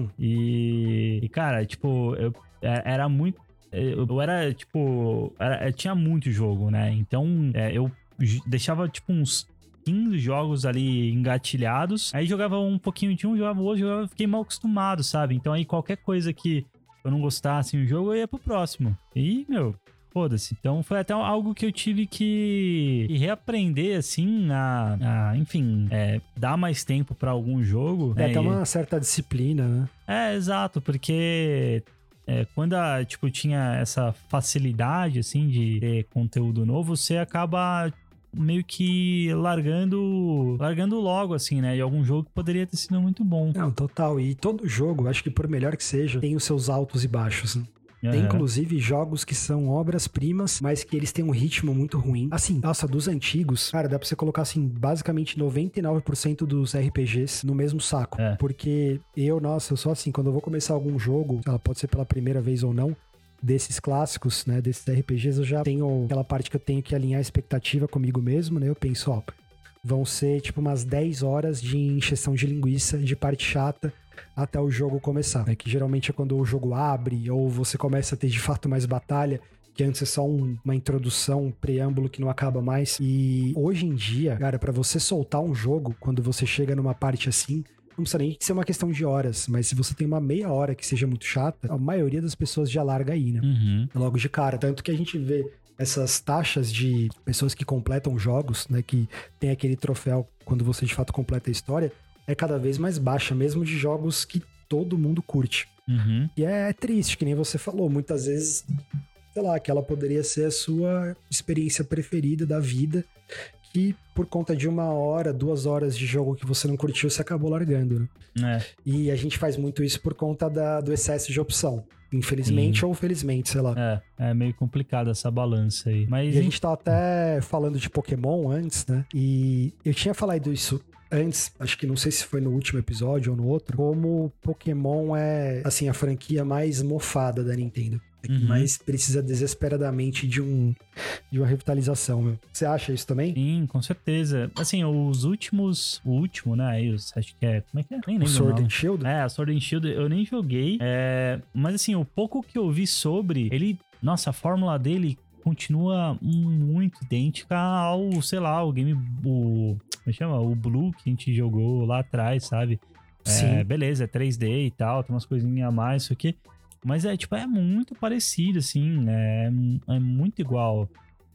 e, e, cara, tipo, eu era muito... Eu era, tipo... Era, eu tinha muito jogo, né? Então, é, eu deixava, tipo, uns quinze jogos ali engatilhados. Aí jogava um pouquinho de um, jogava o outro, jogava, fiquei mal acostumado, sabe? Então, aí qualquer coisa que eu não gostasse no jogo, eu ia pro próximo. E, meu... Foda-se. Então foi até algo que eu tive que reaprender, assim, a, a enfim, é, dar mais tempo pra algum jogo. É né? até uma certa disciplina, né? É, exato, porque é, quando a, tipo, tinha essa facilidade, assim, de ter conteúdo novo, você acaba meio que largando, largando logo, assim, né? De algum jogo que poderia ter sido muito bom. Não, total. E todo jogo, acho que por melhor que seja, tem os seus altos e baixos, né? Tem, uhum. inclusive, jogos que são obras-primas, mas que eles têm um ritmo muito ruim. Assim, nossa, dos antigos, cara, dá pra você colocar, assim, basicamente noventa e nove por cento dos R P Gs no mesmo saco. É. Porque eu, nossa, eu sou assim, quando eu vou começar algum jogo, ela pode ser pela primeira vez ou não, desses clássicos, né, desses R P Gs, eu já tenho aquela parte que eu tenho que alinhar a expectativa comigo mesmo, né? Eu penso, ó, vão ser, tipo, umas dez horas de encheção de linguiça, de parte chata, até o jogo começar, né? Que geralmente é quando o jogo abre ou você começa a ter de fato mais batalha, que antes é só um, uma introdução, um preâmbulo que não acaba mais. E hoje em dia, cara, pra você soltar um jogo, quando você chega numa parte assim, não precisa nem ser uma questão de horas, mas se você tem uma meia hora que seja muito chata, a maioria das pessoas já larga aí, né? Uhum. Logo de cara. Tanto que a gente vê essas taxas de pessoas que completam jogos, né? Que tem aquele troféu quando você de fato completa a história, é cada vez mais baixa, mesmo de jogos que todo mundo curte. Uhum. E é triste, que nem você falou, muitas vezes, sei lá, que ela poderia ser a sua experiência preferida da vida, que por conta de uma hora, duas horas de jogo que você não curtiu, você acabou largando, né? É. E a gente faz muito isso por conta da, do excesso de opção. Infelizmente Sim. ou felizmente, sei lá. É, é meio complicado essa balança aí. Mas e a gente tava até falando de Pokémon antes, né? E eu tinha falado isso antes, acho que não sei se foi no último episódio ou no outro, como Pokémon é, assim, a franquia mais mofada da Nintendo. É que uhum. mais precisa desesperadamente de, um, de uma revitalização, meu. Você acha isso também? Sim, com certeza. Assim, os últimos... O último, né? Aí, acho que é... Como é que é? Nem lembro. O Sword and Shield? É, a Sword and Shield eu nem joguei. É, mas, assim, o pouco que eu vi sobre... Ele... Nossa, a fórmula dele continua muito idêntica ao, sei lá, o game... O, como chama? O Blue que a gente jogou lá atrás, sabe? Sim. É, beleza, é três D e tal, tem umas coisinhas a mais, isso aqui. Mas é, tipo, é muito parecido, assim, é, é muito igual.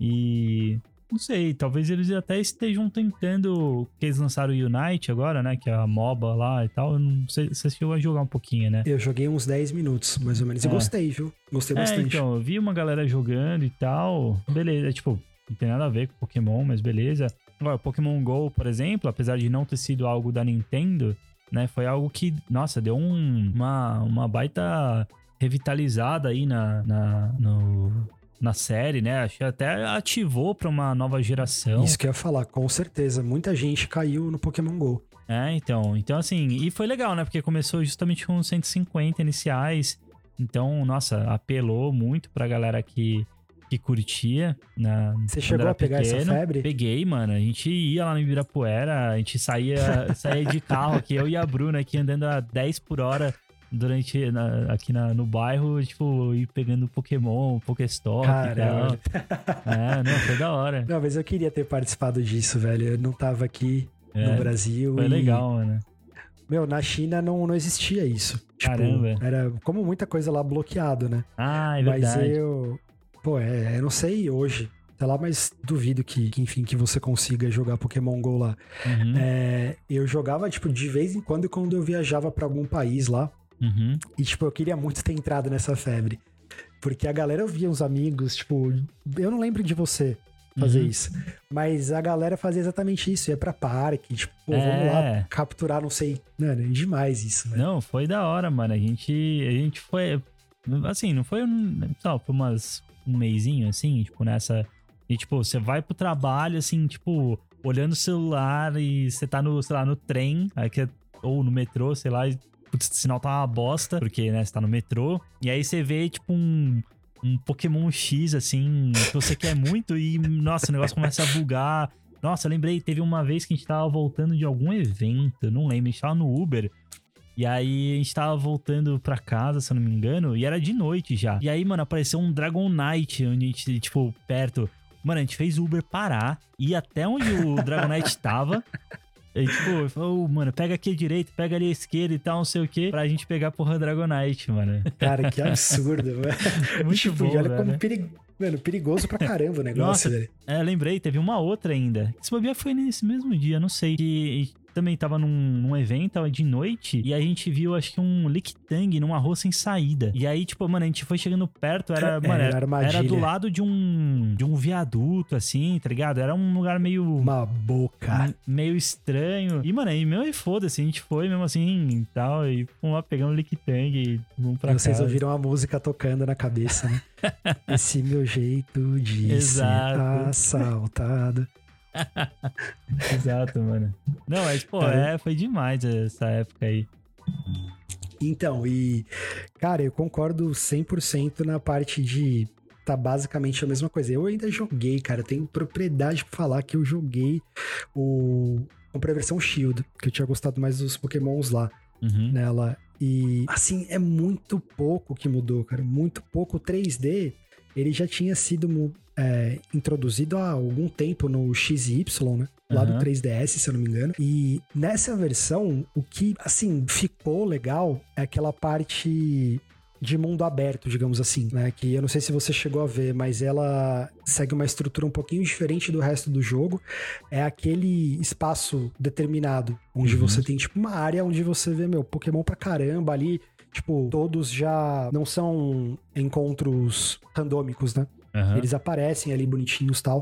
E, não sei, talvez eles até estejam tentando, que eles lançaram o Unite agora, né, que é a MOBA lá e tal, eu não sei, você chegou a jogar um pouquinho, né? Eu joguei uns dez minutos, mais ou menos, e é. gostei, viu? Gostei é, bastante. Então, eu vi uma galera jogando e tal, beleza, tipo, não tem nada a ver com Pokémon, mas beleza. Agora, Pokémon GO, por exemplo, apesar de não ter sido algo da Nintendo, né, foi algo que, nossa, deu um, uma, uma baita... revitalizada aí na, na, no, na série, né? Acho que até ativou pra uma nova geração. Isso que eu ia falar, com certeza. Muita gente caiu no Pokémon GO. É, então. Então, assim, e foi legal, né? Porque começou justamente com cento e cinquenta iniciais. Então, nossa, apelou muito pra galera que, que curtia. Na, Você chegou a pegar pequeno. Essa febre? Peguei, mano. A gente ia lá no Ibirapuera, a gente saía, saía de carro aqui, eu e a Bruna aqui andando a dez por hora. Durante, na, aqui na, no bairro, tipo, ir pegando Pokémon, Pokéstop e tal. É, não, foi da hora. Não, mas eu queria ter participado disso, velho. Eu não tava aqui é, no Brasil. Foi e... legal, mano. Meu, na China não, não existia isso. Tipo, Caramba. Era como muita coisa lá bloqueado, né? Ah, é verdade. Mas eu... Pô, é, eu não sei hoje. Sei lá, mas duvido que, que, enfim, que você consiga jogar Pokémon GO lá. Uhum. É, eu jogava, tipo, de vez em quando, quando eu viajava pra algum país lá. Uhum. E, tipo, eu queria muito ter entrado nessa febre. Porque a galera via uns amigos, tipo, eu não lembro de você fazer uhum. isso, mas a galera fazia exatamente isso, ia pra parque, tipo, pô, É. vamos lá capturar, não sei, mano, é demais isso, velho. Não, foi da hora, mano, a gente, a gente foi, assim, não foi, só, foi umas, um mesinho, assim, tipo, nessa, e tipo, você vai pro trabalho, assim, tipo, olhando o celular e você tá no, sei lá, no trem, aqui, ou no metrô, sei lá, e putz, o sinal tá uma bosta, porque, né, você tá no metrô, e aí você vê, tipo, um, um Pokémon X, assim, que você quer muito e, nossa, o negócio começa a bugar. Nossa, eu lembrei, teve uma vez que a gente tava voltando de algum evento, não lembro, a gente tava no Uber, e aí a gente tava voltando pra casa, se eu não me engano, e era de noite já. E aí, mano, apareceu um Dragonite, onde a gente, tipo, perto. Mano, a gente fez o Uber parar, ir até onde o Dragonite tava. E, tipo, falou, oh, mano, pega aqui a direita, pega ali a esquerda e tal, não sei o quê, pra gente pegar a porra Dragonite, mano. Cara, que absurdo, velho. Muito tipo, bom, olha velho. como perigo, mano, perigoso pra caramba o negócio, Nossa, velho. É, lembrei, teve uma outra ainda. Esse bobear foi nesse mesmo dia, não sei. Que também tava num, num evento, tava de noite, e a gente viu, acho que um Lickitung numa rua sem saída. E aí, tipo, mano, a gente foi chegando perto, era, É, mano, era era, era do armadilha. lado de um, de um viaduto, assim, tá ligado? Era um lugar meio... Uma boca. m- meio estranho. E, mano, aí, meu, e foda-se, a gente foi mesmo assim e tal, e vamos lá pegando o Lickitung e vamos pra Vocês casa. ouviram a música tocando na cabeça, né? Esse meu jeito de Exato. ser assaltado. Exato, mano. Não, mas, pô, Cara, é, foi demais essa época aí. Então, e... Cara, eu concordo cem por cento na parte de... Tá basicamente a mesma coisa. Eu ainda joguei, cara. Tenho propriedade pra falar que eu joguei o... Comprei a versão Shield, que eu tinha gostado mais dos Pokémons lá, Uhum. nela. E, assim, é muito pouco que mudou, cara. Muito pouco. O três D, ele já tinha sido mu- é, introduzido há algum tempo no X Y, né? Lá do Aham. três D S, se eu não me engano. E nessa versão, o que, assim, ficou legal é aquela parte de mundo aberto, digamos assim, né? Que eu não sei se você chegou a ver, mas ela segue uma estrutura um pouquinho diferente do resto do jogo. É aquele espaço determinado, onde Uhum. você tem, tipo, uma área onde você vê, meu, Pokémon pra caramba ali. Tipo, todos já não são encontros randômicos, né? Aham. Eles aparecem ali bonitinhos e tal.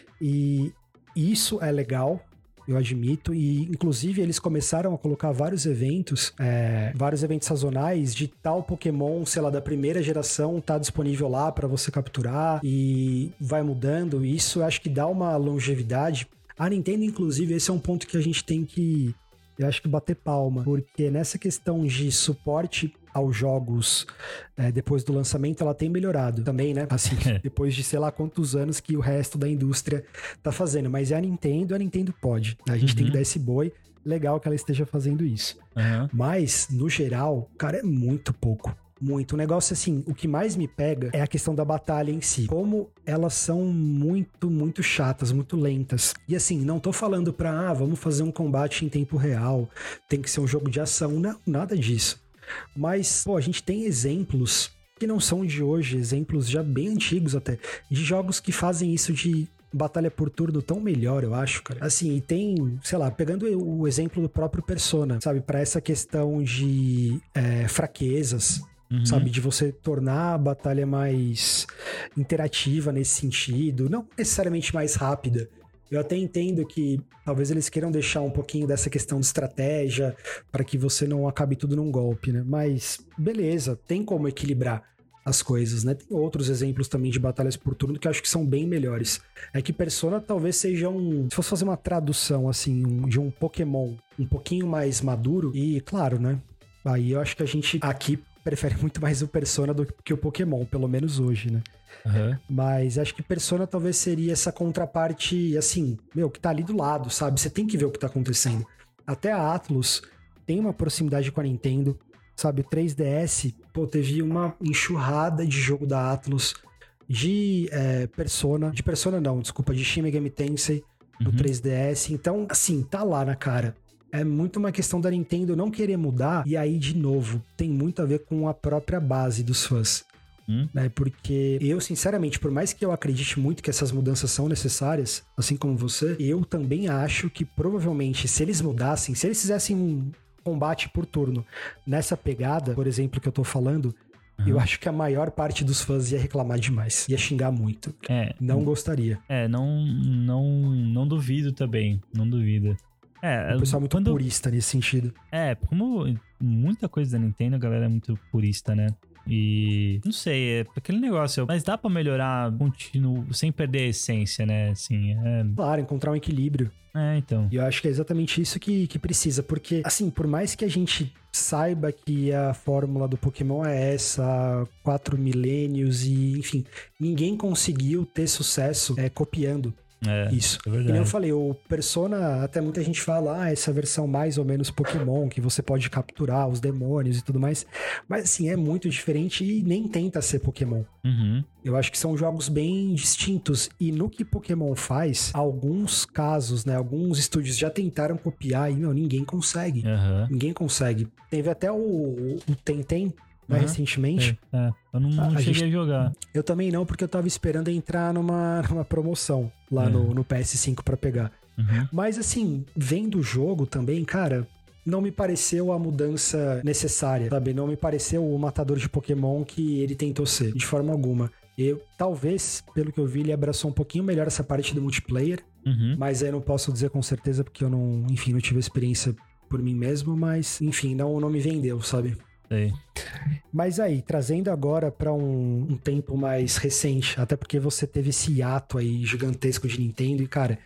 E isso é legal, eu admito. E, inclusive, eles começaram a colocar vários eventos, é, vários eventos sazonais de tal Pokémon, sei lá, da primeira geração, tá disponível lá pra você capturar e vai mudando. E isso eu acho que dá uma longevidade. A Nintendo, inclusive, esse é um ponto que a gente tem que, eu acho que bater palma, porque nessa questão de suporte aos jogos é, depois do lançamento, ela tem melhorado também, né? Assim, depois de sei lá quantos anos que o resto da indústria tá fazendo. Mas é a Nintendo, a Nintendo pode. A gente Uhum. tem que dar esse boi. Legal que ela esteja fazendo isso. Aham. Mas, no geral, cara, é muito pouco. Muito. O negócio, assim, o que mais me pega é a questão da batalha em si. Como elas são muito, muito chatas, muito lentas. E assim, não tô falando pra, ah, vamos fazer um combate em tempo real, tem que ser um jogo de ação. Não, nada disso. Mas, pô, a gente tem exemplos que não são de hoje, exemplos já bem antigos até, de jogos que fazem isso de batalha por turno tão melhor, eu acho, cara. Assim, e tem, sei lá, pegando o exemplo do próprio Persona, sabe? Pra essa questão de é, fraquezas, Uhum. sabe? De você tornar a batalha mais interativa nesse sentido, não necessariamente mais rápida. Eu até entendo que talvez eles queiram deixar um pouquinho dessa questão de estratégia para que você não acabe tudo num golpe, né? Mas beleza, tem como equilibrar as coisas, né? Tem outros exemplos também de batalhas por turno que eu acho que são bem melhores. É que Persona talvez seja um... Se fosse fazer uma tradução, assim, um- de um Pokémon um pouquinho mais maduro, e claro, né? Aí eu acho que a gente aqui prefere muito mais o Persona do que o Pokémon, pelo menos hoje, né? Aham. Mas acho que Persona talvez seria essa contraparte, assim, meu, que tá ali do lado, sabe? Você tem que ver o que tá acontecendo. Até a Atlus tem uma proximidade com a Nintendo, sabe? O três D S, pô, teve uma enxurrada de jogo da Atlus, de é, Persona, de Persona não, desculpa, de Shin Megami Tensei no Uhum. três D S. Então, assim, tá lá na cara. É muito uma questão da Nintendo não querer mudar, e aí, de novo, tem muito a ver com a própria base dos fãs. Hum. Né? Porque eu, sinceramente, por mais que eu acredite muito que essas mudanças são necessárias, assim como você, eu também acho que provavelmente, se eles mudassem, se eles fizessem um combate por turno nessa pegada, por exemplo, que eu tô falando, Uhum. Eu acho que a maior parte dos fãs ia reclamar demais. Ia xingar muito. É. Não gostaria. É, não, não, não duvido também. Não duvido. É, o pessoal é muito quando... purista nesse sentido. É, como muita coisa da Nintendo, a galera é muito purista, né? E não sei, é aquele negócio, mas dá pra melhorar continuo, sem perder a essência, né? Assim, é... Claro, encontrar um equilíbrio. É, então. E eu acho que é exatamente isso que, que precisa, porque, assim, por mais que a gente saiba que a fórmula do Pokémon é essa, há quatro milênios e, enfim, ninguém conseguiu ter sucesso é, copiando. É, isso. É verdade. E eu falei, o Persona, até muita gente fala, ah, essa versão mais ou menos Pokémon, que você pode capturar os demônios e tudo mais. Mas, assim, é muito diferente e nem tenta ser Pokémon. Uhum. Eu acho que são jogos bem distintos. E no que Pokémon faz, alguns casos, né? Alguns estúdios já tentaram copiar e, meu, ninguém consegue. Uhum. Ninguém consegue. Teve até o, o Tenten, né, Uhum. recentemente. É, é. Eu não, não a cheguei gente... a jogar. Eu também não, porque eu tava esperando entrar numa, numa promoção lá é. no, no P S cinco pra pegar. Uhum. Mas assim, vendo o jogo também, cara, não me pareceu a mudança necessária, sabe? Não me pareceu o matador de Pokémon que ele tentou ser, de forma alguma. Eu, talvez, pelo que eu vi, ele abraçou um pouquinho melhor essa parte do multiplayer, uhum. mas aí eu não posso dizer com certeza porque eu não, enfim, não tive experiência por mim mesmo, mas, enfim, não, não me vendeu, sabe? Sei. Mas aí, trazendo agora para um, um tempo mais recente, até porque você teve esse hiato aí gigantesco de Nintendo, e cara,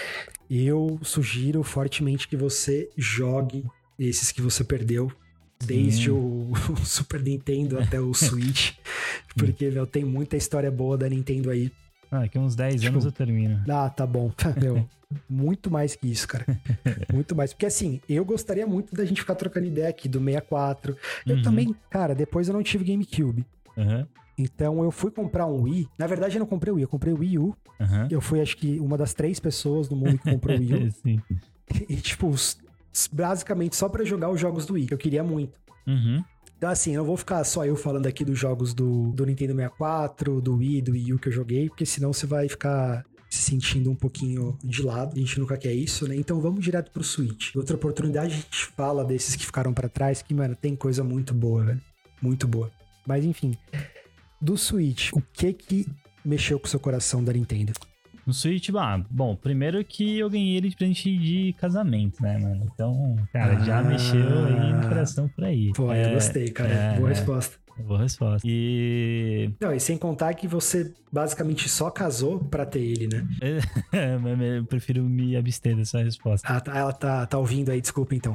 eu sugiro fortemente que você jogue esses que você perdeu, desde o, o Super Nintendo até o Switch, porque, meu, tem muita história boa da Nintendo aí. Ah, daqui uns dez tipo, anos eu termino. Ah, tá bom. Meu, muito mais que isso, cara. Muito mais. Porque assim, eu gostaria muito da gente ficar trocando ideia aqui do sessenta e quatro. Eu uhum. também, cara, depois eu não tive GameCube. Uhum. Então eu fui comprar um Wii. Na verdade eu não comprei o Wii, eu comprei o Wii U. Uhum. Eu fui, acho que, uma das três pessoas do mundo que comprou o Wii U. Sim. E, tipo, basicamente só pra jogar os jogos do Wii, que eu queria muito. Uhum. Então, assim, eu não vou ficar só eu falando aqui dos jogos do, do Nintendo sessenta e quatro, do Wii, do Wii U que eu joguei, porque senão você vai ficar se sentindo um pouquinho de lado. A gente nunca quer isso, né? Então vamos direto pro Switch. Outra oportunidade a gente fala desses que ficaram pra trás, que, mano, tem coisa muito boa, velho. Muito boa. Mas, enfim, do Switch, o que que mexeu com o seu coração da Nintendo? No Switch, ah, bom, primeiro que eu ganhei ele de presente de casamento, né, mano? Então, cara, ah, já mexeu aí no coração por aí. Pô, é, eu gostei, cara. É, boa resposta. É, boa resposta. E... Não, e sem contar que você basicamente só casou pra ter ele, né? É, eu prefiro me abster dessa resposta. Ah, tá, ela tá, tá ouvindo aí, desculpa então.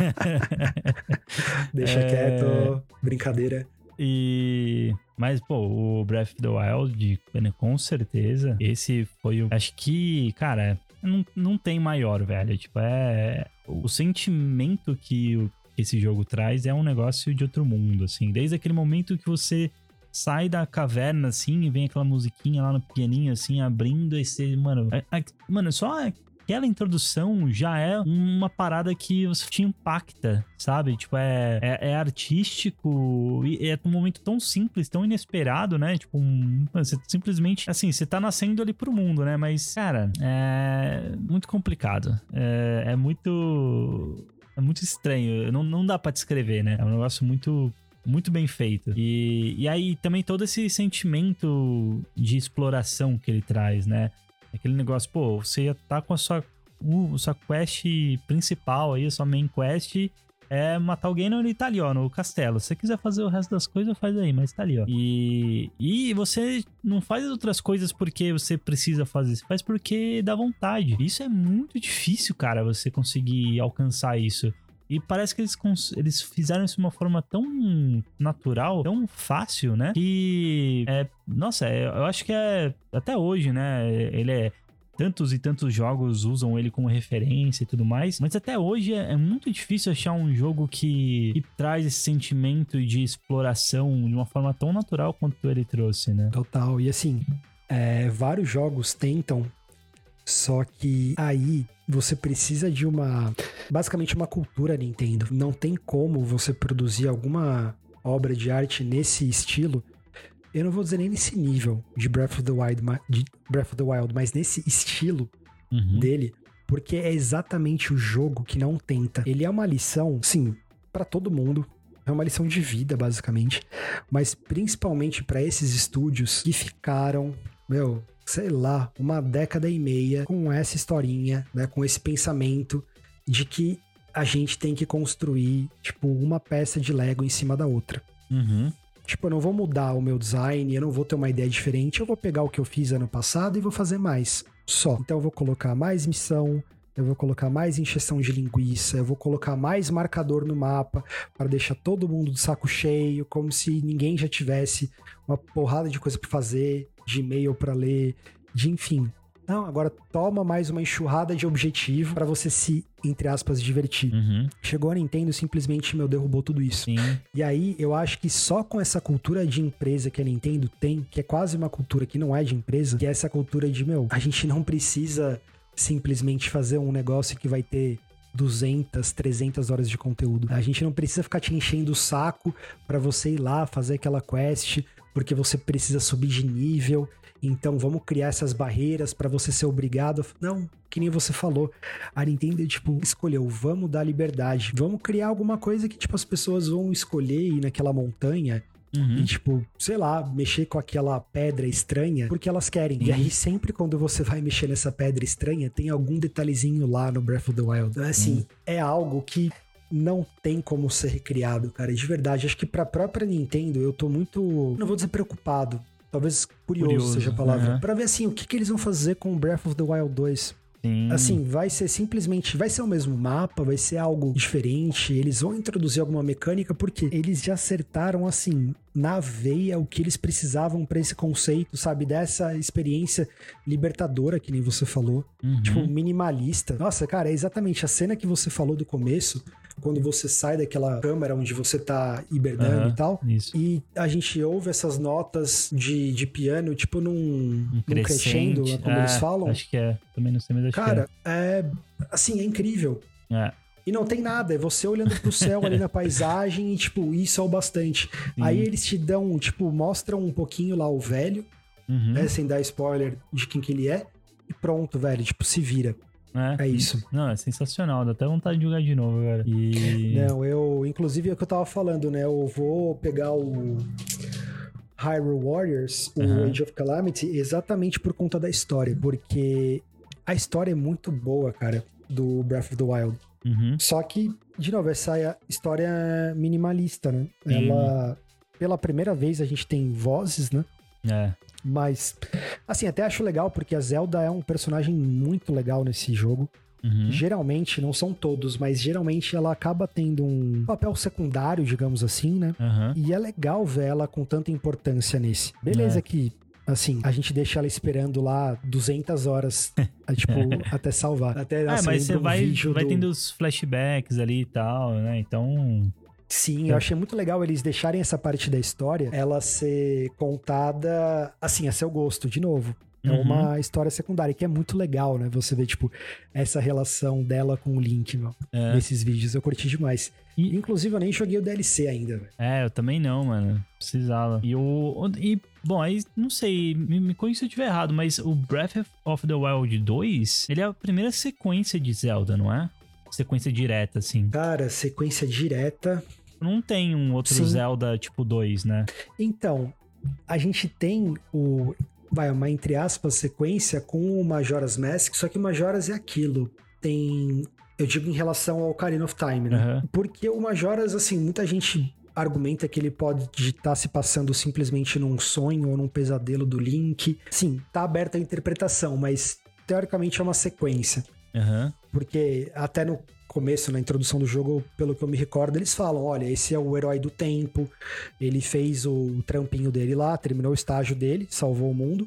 Deixa é... quieto, brincadeira. E... Mas, pô, o Breath of the Wild, com certeza, esse foi o... Acho que, cara, não, não tem maior, velho. Tipo, é... O sentimento que, o, que esse jogo traz é um negócio de outro mundo, assim. Desde aquele momento que você sai da caverna, assim, e vem aquela musiquinha lá no pianinho, assim, abrindo esse... Mano, a, a, mano, só... Aquela introdução já é uma parada que você te impacta, sabe? Tipo, é, é, é artístico e é um momento tão simples, tão inesperado, né? Tipo, um, você simplesmente, assim, você tá nascendo ali pro mundo, né? Mas, cara, é muito complicado. É, é muito... É muito estranho. Não, não dá pra descrever, né? É um negócio muito... muito bem feito. E, e aí também todo esse sentimento de exploração que ele traz, né? Aquele negócio, pô, você já tá com a sua, uh, sua quest principal aí, a sua main quest é matar alguém no, tá ali, ó, no castelo. Se você quiser fazer o resto das coisas, faz aí, mas tá ali, ó. E, e você não faz outras coisas porque você precisa fazer, você faz porque dá vontade. Isso é muito difícil, cara, você conseguir alcançar isso. E parece que eles, eles fizeram isso de uma forma tão natural, tão fácil, né? Que, é, nossa, é, eu acho que é, até hoje, né? Ele é, tantos e tantos jogos usam ele como referência e tudo mais. Mas até hoje é, é muito difícil achar um jogo que, que traz esse sentimento de exploração de uma forma tão natural quanto ele trouxe, né? Total. E assim, é, vários jogos tentam, só que aí você precisa de uma... basicamente uma cultura Nintendo. Não tem como você produzir alguma obra de arte nesse estilo. Eu não vou dizer nem nesse nível de Breath of the Wild, de Breath of the Wild, mas nesse estilo uhum. dele, porque é exatamente o jogo que não tenta. Ele é uma lição, sim, pra todo mundo. é uma lição de vida, basicamente. Mas principalmente para esses estúdios que ficaram, meu, sei lá, uma década e meia com essa historinha, né? Com esse pensamento de que a gente tem que construir, tipo, uma peça de Lego em cima da outra. Uhum. Tipo, eu não vou mudar o meu design, eu não vou ter uma ideia diferente, eu vou pegar o que eu fiz ano passado e vou fazer mais, só. Então eu vou colocar mais missão, eu vou colocar mais encheção de linguiça, eu vou colocar mais marcador no mapa para deixar todo mundo de saco cheio, como se ninguém já tivesse uma porrada de coisa para fazer, de e-mail para ler, de enfim. Não, agora toma mais uma enxurrada de objetivo pra você se, entre aspas, divertir. Uhum. Chegou a Nintendo, simplesmente, meu, derrubou tudo isso. Sim. E aí, eu acho que só com essa cultura de empresa que a Nintendo tem, que é quase uma cultura que não é de empresa, que é essa cultura de, meu, a gente não precisa simplesmente fazer um negócio que vai ter duzentas, trezentas horas de conteúdo. A gente não precisa ficar te enchendo o saco pra você ir lá fazer aquela quest, porque você precisa subir de nível. Então vamos criar essas barreiras pra você ser obrigado a... Não, que nem você falou. A Nintendo, tipo, escolheu, vamos dar liberdade. Vamos criar alguma coisa que, tipo, as pessoas vão escolher ir naquela montanha uhum. e, tipo, sei lá, mexer com aquela pedra estranha porque elas querem. Uhum. E aí sempre quando você vai mexer nessa pedra estranha, tem algum detalhezinho lá no Breath of the Wild. Assim, uhum. é algo que não tem como ser recriado, cara. De verdade, acho que pra própria Nintendo eu tô muito, não vou dizer preocupado, talvez curioso, curioso seja a palavra, uhum. pra ver assim, o que, que eles vão fazer com o Breath of the Wild dois. Sim. Assim, vai ser simplesmente, vai ser o mesmo mapa, vai ser algo diferente, eles vão introduzir alguma mecânica, porque eles já acertaram, assim, na veia o que eles precisavam pra esse conceito, sabe, dessa experiência libertadora, que nem você falou, uhum. tipo, minimalista. Nossa, cara, é exatamente a cena que você falou do começo, quando você sai daquela câmera onde você tá hibernando uhum, e tal, isso. E a gente ouve essas notas de, de piano, tipo num, um num crescendo, como é, eles falam. Acho que é, também não sei, mas acho Cara, que é. é, assim, é incrível. É. E não tem nada, é você olhando pro céu ali na paisagem e, tipo, isso é o bastante. Sim. Aí eles te dão, tipo, mostram um pouquinho lá o velho, uhum. né, sem dar spoiler de quem que ele é, e pronto, velho, tipo, se vira. É, é isso. Não, é sensacional, dá até vontade de jogar de novo, cara. E... Não, eu, inclusive é o que eu tava falando, né, eu vou pegar o Hyrule Warriors, o uhum. Age of Calamity, exatamente por conta da história, porque a história é muito boa, cara, do Breath of the Wild. Uhum. Só que, de novo, essa história é minimalista, né? Uhum. Ela, pela primeira vez, a gente tem vozes, né? É. Mas, assim, até acho legal, porque a Zelda é um personagem muito legal nesse jogo. Uhum. Geralmente, não são todos, mas geralmente ela acaba tendo um papel secundário, digamos assim, né? Uhum. E é legal ver ela com tanta importância nesse. Beleza é. que, assim, a gente deixa ela esperando lá duzentas horas, tipo, até salvar. Até, é, mas você um vai, vai do... tendo os flashbacks ali e tal, né? Então... Sim, eu achei muito legal eles deixarem essa parte da história, ela ser contada, assim, a seu gosto, de novo. É uhum. uma história secundária, que é muito legal, né? Você vê, tipo, essa relação dela com o Link, mano, é. nesses vídeos. Eu curti demais. E, inclusive, eu nem joguei o D L C ainda, velho. É, eu também não, mano. Precisava. E o... E, bom, aí, não sei, me, me corrija se eu estiver errado, mas o Breath of the Wild dois, ele é a primeira sequência de Zelda, não é? Sequência direta, assim. Cara, sequência direta... Não tem um outro Sim. Zelda tipo dois, né? Então, a gente tem o... Vai, uma, entre aspas, sequência com o Majora's Mask, só que o Majora's é aquilo. Tem... Eu digo em relação ao Ocarina of Time, né? Uhum. Porque o Majora's, assim, muita gente argumenta que ele pode estar se passando simplesmente num sonho ou num pesadelo do Link. Sim, tá aberta a interpretação, mas teoricamente é uma sequência. Uhum. Porque até no começo, na introdução do jogo, pelo que eu me recordo, eles falam, olha, esse é o herói do tempo, ele fez o trampinho dele lá, terminou o estágio dele, salvou o mundo,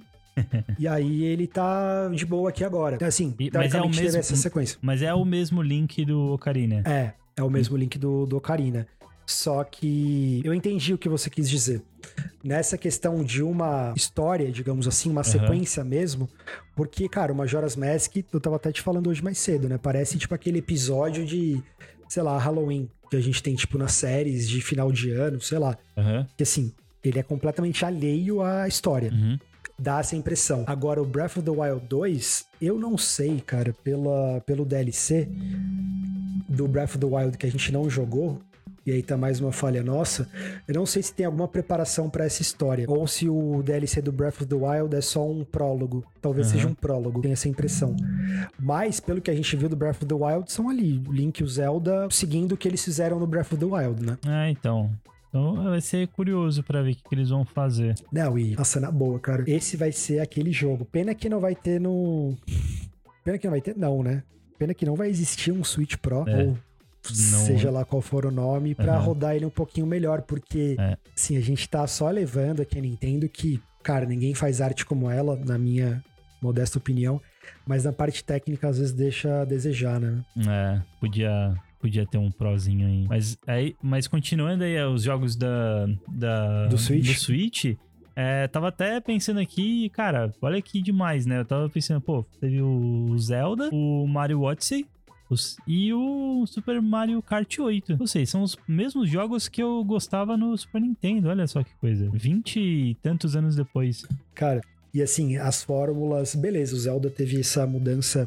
e aí ele tá de boa aqui agora. Então, assim, e, mas é o mesmo, essa sequência. Mas é o mesmo Link do Ocarina. É, é o mesmo Link do, do Ocarina. Só que eu entendi o que você quis dizer. Nessa questão de uma história, digamos assim, uma uhum. sequência mesmo, porque, cara, o Majora's Mask, eu tava até te falando hoje mais cedo, né? Parece tipo aquele episódio de, sei lá, Halloween, que a gente tem tipo nas séries de final de ano, sei lá. Uhum. Que assim, ele é completamente alheio à história. Uhum. Dá essa impressão. Agora, o Breath of the Wild dois, eu não sei, cara, pela, pelo D L C do Breath of the Wild que a gente não jogou, e aí tá mais uma falha nossa, eu não sei se tem alguma preparação pra essa história, ou se o D L C do Breath of the Wild é só um prólogo, talvez uhum. seja um prólogo, tenho essa impressão. Mas, pelo que a gente viu do Breath of the Wild, são ali, o Link e o Zelda seguindo o que eles fizeram no Breath of the Wild, né? É, então... Então vai ser curioso pra ver o que, que eles vão fazer. Não, e nossa, na boa, cara. Esse vai ser aquele jogo. Pena que não vai ter no... Pena que não vai ter, não, né? Pena que não vai existir um Switch Pro, é, ou não... seja lá qual for o nome, pra uhum. rodar ele um pouquinho melhor, porque, é. assim, a gente tá só levando aqui a Nintendo que, cara, ninguém faz arte como ela, na minha modesta opinião, mas na parte técnica às vezes deixa a desejar, né? É, podia... Podia ter um prozinho aí. Mas, aí, mas continuando aí os jogos da, da, do Switch, do Switch é, tava até pensando aqui, cara, olha que demais, né? Eu tava pensando, pô, teve o Zelda, o Mario Odyssey os, e o Super Mario Kart oito. Ou seja, são os mesmos jogos que eu gostava no Super Nintendo. Olha só que coisa. Vinte e tantos anos depois. Cara, e assim, as fórmulas... Beleza, o Zelda teve essa mudança...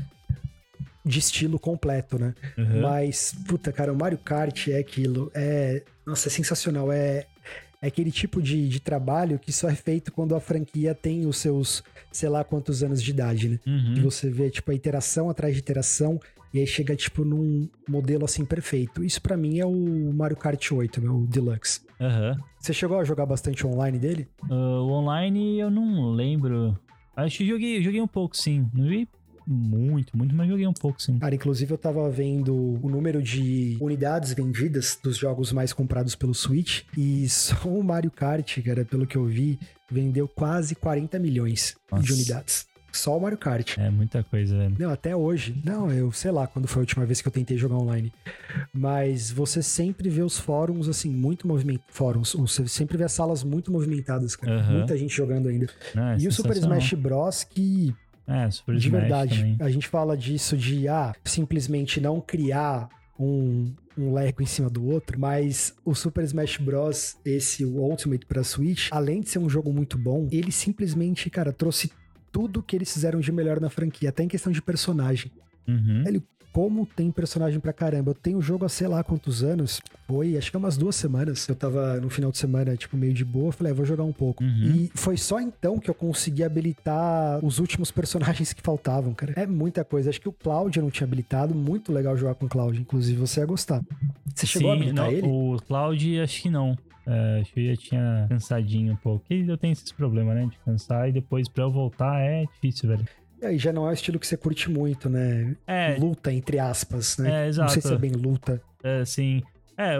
de estilo completo, né? Uhum. Mas, puta, cara, o Mario Kart é aquilo, é... Nossa, é sensacional, é, é aquele tipo de, de trabalho que só é feito quando a franquia tem os seus, sei lá quantos anos de idade, né? Uhum. Que você vê, tipo, a iteração atrás de iteração e aí chega, tipo, num modelo, assim, perfeito. Isso pra mim é o Mario Kart oito, né? O Deluxe. Uhum. Você chegou a jogar bastante online dele? Uh, o online eu não lembro. Acho que joguei, joguei um pouco, sim. Não vi muito, muito, mas joguei um pouco, sim. Cara, inclusive eu tava vendo o número de unidades vendidas dos jogos mais comprados pelo Switch e só o Mario Kart, cara, pelo que eu vi, vendeu quase quarenta milhões Nossa. de unidades. Só o Mario Kart. É muita coisa, velho. Não, até hoje. Não, eu sei lá quando foi a última vez que eu tentei jogar online. Mas você sempre vê os fóruns, assim, muito movimentados. Fóruns, você sempre vê as salas muito movimentadas, cara. Uhum. Muita gente jogando ainda. Ah, é e o Super Smash Bros. Que... É, Super de Smash verdade, também. A gente fala disso de, ah, simplesmente não criar um, um Lego em cima do outro, mas o Super Smash Bros, esse, o Ultimate pra Switch, além de ser um jogo muito bom, ele simplesmente, cara, trouxe tudo que eles fizeram de melhor na franquia, até em questão de personagem. Uhum. Ele, como tem personagem pra caramba. Eu tenho o jogo há sei lá quantos anos. Foi, acho que há umas duas semanas. Eu tava no final de semana, tipo, meio de boa. Falei, ah, vou jogar um pouco. Uhum. E foi só então que eu consegui habilitar os últimos personagens que faltavam, cara. É muita coisa. Acho que o Cloud eu não tinha habilitado. Muito legal jogar com o Cloud. Inclusive, você ia gostar. Você chegou Sim, a habilitar não, ele? O Cloud, acho que não. É, acho que eu já tinha cansadinho um pouco. E eu tenho esses problemas, né? De cansar e depois pra eu voltar é difícil, velho. E aí já não é o estilo que você curte muito, né? É. Luta, entre aspas, né? É, exato. Não sei se é bem luta. É, sim. É,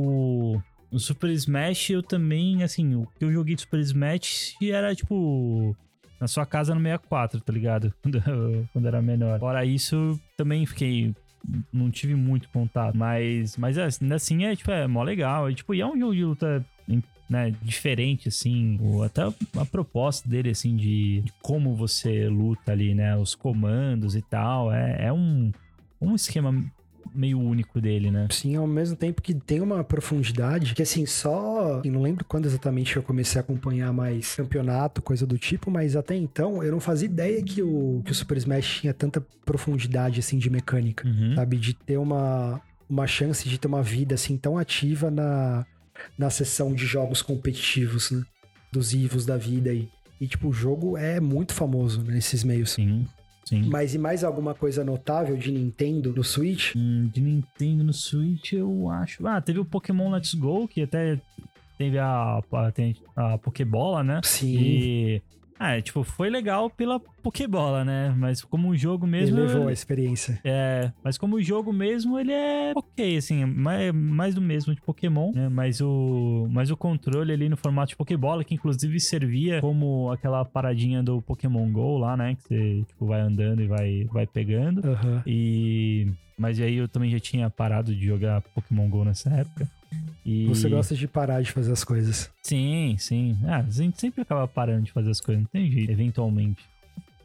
o, o Super Smash eu também, assim, o que eu joguei de Super Smash era, tipo, na sua casa no sessenta e quatro, tá ligado? Quando, quando era menor. Fora isso, também fiquei... Não tive muito contato, mas, mas ainda assim é, tipo, é mó legal. É, tipo, e é um jogo de luta... Né, diferente, assim, o, até a proposta dele, assim, de, de como você luta ali, né, os comandos e tal, é, é um, um esquema meio único dele, né? Sim, ao mesmo tempo que tem uma profundidade que, assim, só... Eu não lembro quando exatamente eu comecei a acompanhar mais campeonato, coisa do tipo, mas até então eu não fazia ideia que o, que o Super Smash tinha tanta profundidade, assim, de mecânica, uhum. sabe? De ter uma, uma chance de ter uma vida, assim, tão ativa na... na seção de jogos competitivos, né? Dos Ivos da vida aí. E, tipo, o jogo é muito famoso nesses meios. Sim, sim. Mas e mais alguma coisa notável de Nintendo no Switch? Hum, de Nintendo no Switch, eu acho... Ah, teve o Pokémon Let's Go, que até teve a, a, a Pokébola, né? Sim. E... Ah, tipo, foi legal pela Pokébola, né? Mas como um jogo mesmo... Ele levou a experiência. É, mas como jogo mesmo, ele é ok, assim, mais, mais do mesmo de Pokémon, né? Mas o, mas o controle ali no formato de Pokébola, que inclusive servia como aquela paradinha do Pokémon Go lá, né? Que você, tipo, vai andando e vai, vai pegando. Uhum. E... Mas aí eu também já tinha parado de jogar Pokémon Go nessa época. E... Você gosta de parar de fazer as coisas. Sim, sim. Ah, a gente sempre acaba parando de fazer as coisas, não tem jeito, eventualmente.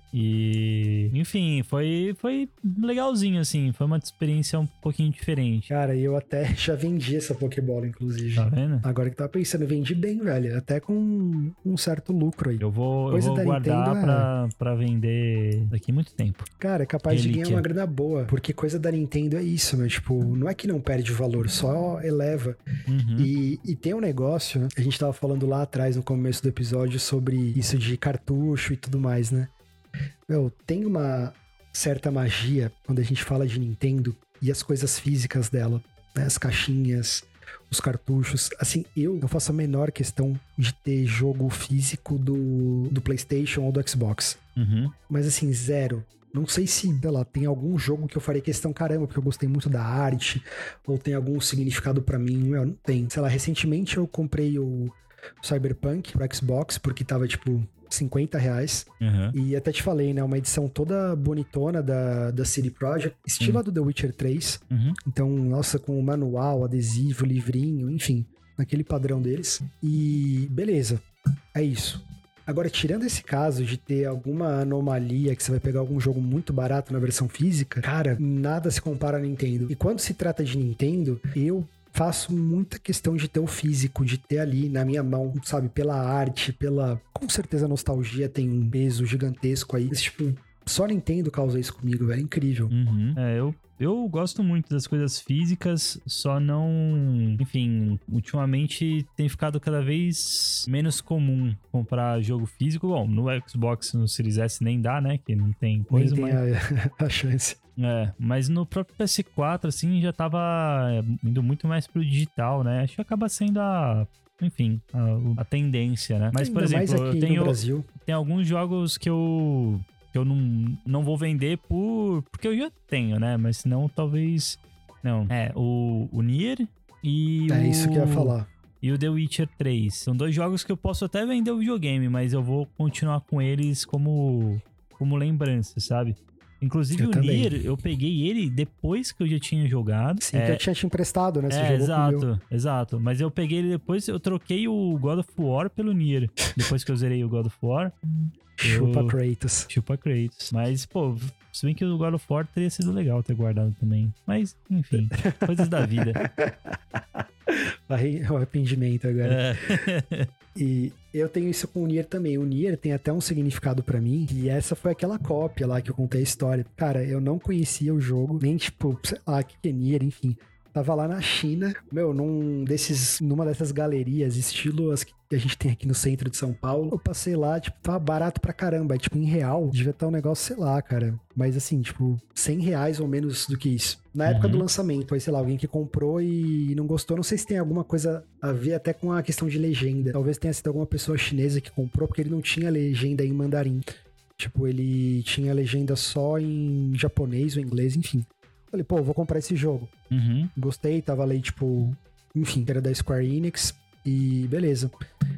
E, enfim, foi, foi legalzinho, assim. Foi uma experiência um pouquinho diferente. Cara, eu até já vendi essa Pokébola, inclusive. Tá vendo? Agora que tava pensando, eu vendi bem, velho. Até com um certo lucro aí. Eu vou, eu vou guardar Nintendo, pra, é... pra vender daqui a muito tempo. Cara, é capaz Relíquia. de ganhar uma grana boa. Porque coisa da Nintendo é isso, né? Tipo, não é que não perde valor, só eleva. Uhum. E, e tem um negócio, né? A gente tava falando lá atrás, no começo do episódio, sobre isso de cartucho e tudo mais, né? Meu, tem uma certa magia quando a gente fala de Nintendo e as coisas físicas dela, né? As caixinhas, os cartuchos. Assim, eu não faço a menor questão de ter jogo físico do, do PlayStation ou do Xbox. Uhum. Mas assim, zero. Não sei se, sei lá, tem algum jogo que eu farei questão, caramba, porque eu gostei muito da arte, ou tem algum significado pra mim. Meu, não tem. Sei lá, recentemente eu comprei o Cyberpunk pro Xbox, porque tava, tipo, cinquenta reais. Uhum. E até te falei, né? Uma edição toda bonitona da, da C D Projekt, estilo uhum. do The Witcher três. Uhum. Então, nossa, com o manual, adesivo, livrinho, enfim, naquele padrão deles. E beleza, é isso. Agora, tirando esse caso de ter alguma anomalia que você vai pegar algum jogo muito barato na versão física, cara, nada se compara a Nintendo. E quando se trata de Nintendo, eu faço muita questão de ter o físico, de ter ali na minha mão, sabe? Pela arte, pela... Com certeza a nostalgia tem um peso gigantesco aí. Mas, tipo, só a Nintendo causa isso comigo, velho. É incrível. Uhum. É, eu... Eu gosto muito das coisas físicas, só não... Enfim, ultimamente tem ficado cada vez menos comum comprar jogo físico. Bom, no Xbox, no Series S nem dá, né? Que não tem coisa, nem tem mas... a, a chance. É, mas no próprio P S quatro, assim, já tava indo muito mais pro digital, né? Acho que acaba sendo a... Enfim, a, a tendência, né? Mas, Ainda por exemplo, mais aqui eu tenho... no Brasil. Tem alguns jogos que eu... que eu não, não vou vender por... porque eu já tenho, né? Mas senão, talvez... Não. É, o, o Nier e é o... É isso que eu ia falar. E o The Witcher três. São dois jogos que eu posso até vender o videogame, mas eu vou continuar com eles como, como lembrança, sabe? Inclusive eu o também. Nier, eu peguei ele depois que eu já tinha jogado. Sim, é, que eu tinha te emprestado, né? Você é, jogou exato, comigo. exato. Mas eu peguei ele depois, eu troquei o God of War pelo Nier. Depois que eu zerei o God of War... Chupa eu... Kratos. Chupa Kratos. Mas, pô, se bem que o God of War teria sido legal ter guardado também. Mas, enfim, coisas da vida. O arrependimento agora. É. E eu tenho isso com o Nier também. O Nier tem até um significado pra mim. E essa foi aquela cópia lá que eu contei a história. Cara, eu não conhecia o jogo. Nem, tipo, sei lá, o que é Nier, enfim. Tava lá na China, meu, num desses, numa dessas galerias, estilo as que a gente tem aqui no centro de São Paulo. Eu passei lá, tipo, tava barato pra caramba. Tipo, em real, devia estar um negócio, sei lá, cara. Mas assim, tipo, cem reais ou menos do que isso. Na época Uhum. do lançamento, aí, sei lá, alguém que comprou e não gostou. Não sei se tem alguma coisa a ver até com a questão de legenda. Talvez tenha sido alguma pessoa chinesa que comprou, porque ele não tinha legenda em mandarim. Tipo, ele tinha legenda só em japonês ou inglês, enfim. Falei, pô, vou comprar esse jogo. Uhum. Gostei, tava ali, tipo... Enfim, era da Square Enix e beleza.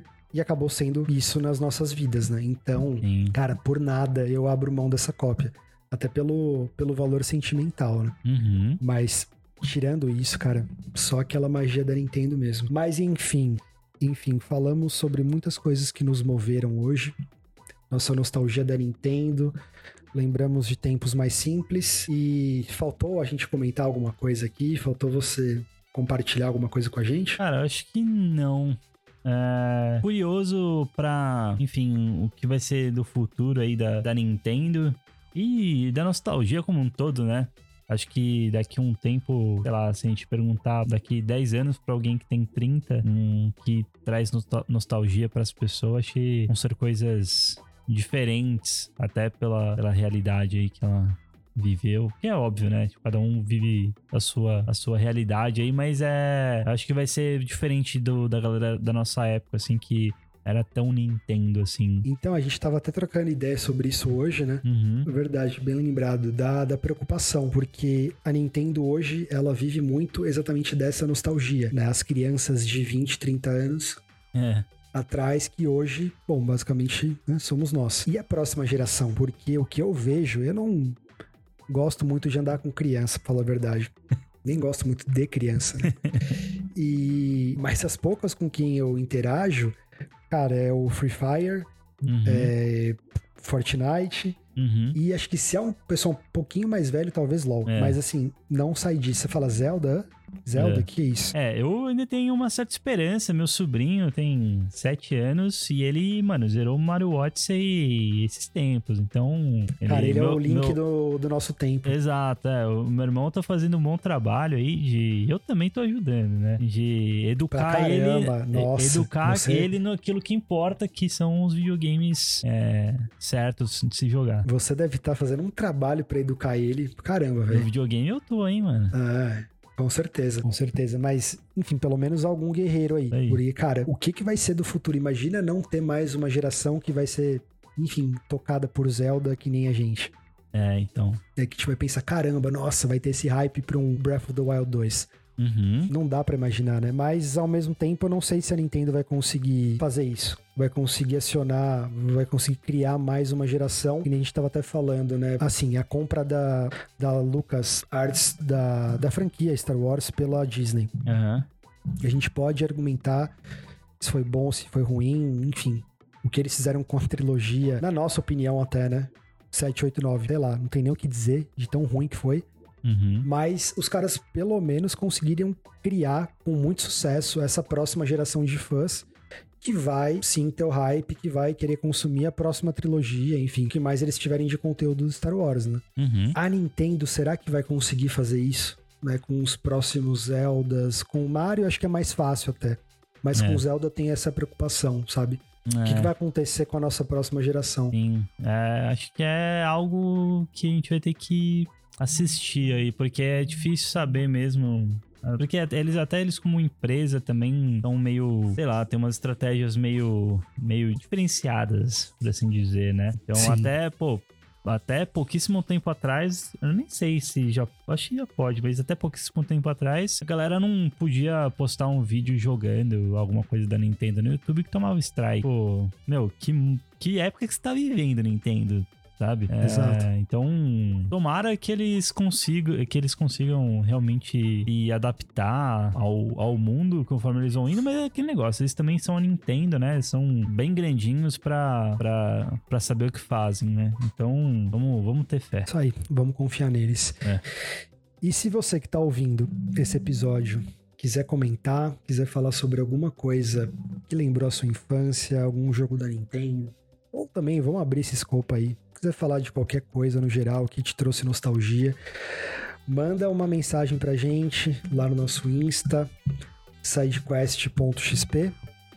E acabou sendo isso nas nossas vidas, né? Então, Sim. cara, por nada eu abro mão dessa cópia. Até pelo, pelo valor sentimental, né? Uhum. Mas, tirando isso, cara, só aquela magia da Nintendo mesmo. Mas, enfim, enfim, falamos sobre muitas coisas que nos moveram hoje. Nossa nostalgia da Nintendo... Lembramos de tempos mais simples e faltou a gente comentar alguma coisa aqui? Faltou você compartilhar alguma coisa com a gente? Cara, eu acho que não. É... Curioso pra, enfim, o que vai ser do futuro aí da, da Nintendo e da nostalgia como um todo, né? Acho que daqui a um tempo, sei lá, se a gente perguntar daqui dez anos pra alguém que tem trinta, um, que traz nostal- nostalgia pras pessoas, acho que vão ser coisas... diferentes, até pela, pela realidade aí que ela viveu, que é óbvio, né? Tipo, cada um vive a sua, a sua realidade aí, mas é... acho que vai ser diferente do, da galera da nossa época, assim, que era tão Nintendo, assim. Então, a gente tava até trocando ideia sobre isso hoje, né? Uhum. É verdade, bem lembrado, da, da preocupação, porque a Nintendo hoje, ela vive muito exatamente dessa nostalgia, né? As crianças de vinte, trinta anos... É. atrás, que hoje, bom, basicamente, né, somos nós. E a próxima geração? Porque o que eu vejo, eu não gosto muito de andar com criança, pra falar a verdade. Nem gosto muito de criança, né? E, mas as poucas com quem eu interajo, cara, é o Free Fire, Uhum. é Fortnite, Uhum. E acho que se é um pessoal um pouquinho mais velho, talvez LoL. É. Mas assim, não sai disso. Você fala Zelda? Zelda? É. Que é isso? É, eu ainda tenho uma certa esperança. Meu sobrinho tem sete anos e ele, mano, zerou Mario Odyssey esses tempos. Então... Cara, ele meu, é o Link meu... do, do nosso tempo. Exato, é. O meu irmão tá fazendo um bom trabalho aí de... Eu também tô ajudando, né? De educar Pra ele... caramba, nossa, educar você- ele naquilo que importa, que são os videogames é, certos de se jogar. Você deve estar fazendo um trabalho pra educar ele. Caramba, No velho. videogame eu tô, hein, mano? Ah, com certeza, com certeza. Mas, enfim, pelo menos algum guerreiro aí. Aí. Porque, cara, o que, que vai ser do futuro? Imagina não ter mais uma geração que vai ser, enfim, tocada por Zelda que nem a gente. É, então... É que a gente vai pensar, caramba, nossa, vai ter esse hype pra um Breath of the Wild dois. Uhum. Não dá pra imaginar, né? Mas, ao mesmo tempo, eu não sei se a Nintendo vai conseguir fazer isso. Vai conseguir acionar, vai conseguir criar mais uma geração. Que nem a gente tava até falando, né? Assim, a compra da, da Lucas Arts, da, da franquia Star Wars pela Disney. Aham. A gente pode argumentar se foi bom, se foi ruim, enfim. O que eles fizeram com a trilogia, na nossa opinião até, né? sete, oito, nove, sei lá, não tem nem o que dizer de tão ruim que foi. Uhum. Mas os caras, pelo menos, conseguiriam criar com muito sucesso essa próxima geração de fãs que vai, sim, ter o hype, que vai querer consumir a próxima trilogia, enfim, o que mais eles tiverem de conteúdo do Star Wars, né? Uhum. A Nintendo, será que vai conseguir fazer isso? Né? Com os próximos Zeldas, com o Mario acho que é mais fácil até, mas É. com o Zelda tem essa preocupação, sabe? O que, É. que vai acontecer com a nossa próxima geração? Sim, é, acho que é algo que a gente vai ter que assistir aí, porque é difícil saber mesmo. Porque eles, até eles como empresa também estão meio, sei lá, tem umas estratégias meio, meio diferenciadas, por assim dizer, né? Então Sim. até, pô, até pouquíssimo tempo atrás, eu nem sei se já, acho que já pode, mas até pouquíssimo tempo atrás, a galera não podia postar um vídeo jogando alguma coisa da Nintendo no YouTube que tomava strike. Pô, meu, que, que época que você tá vivendo, Nintendo? Sabe? É, Exato. então, tomara que eles consigam, que eles consigam realmente se adaptar ao, ao mundo conforme eles vão indo, mas é aquele negócio, eles também são a Nintendo, né? Eles são bem grandinhos pra, pra, pra saber o que fazem, né? Então, vamos, vamos ter fé. Isso aí, vamos confiar neles. É. E se você que tá ouvindo esse episódio quiser comentar, quiser falar sobre alguma coisa que lembrou a sua infância, algum jogo da Nintendo, ou também vamos abrir esse escopo aí, quiser falar de qualquer coisa no geral que te trouxe nostalgia, manda uma mensagem pra gente lá no nosso Insta, sidequest ponto x p.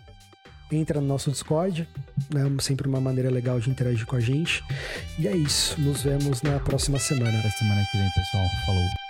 Entra no nosso Discord, né? Sempre uma maneira legal de interagir com a gente. E é isso, nos vemos na próxima semana. Até semana que vem, pessoal. Falou.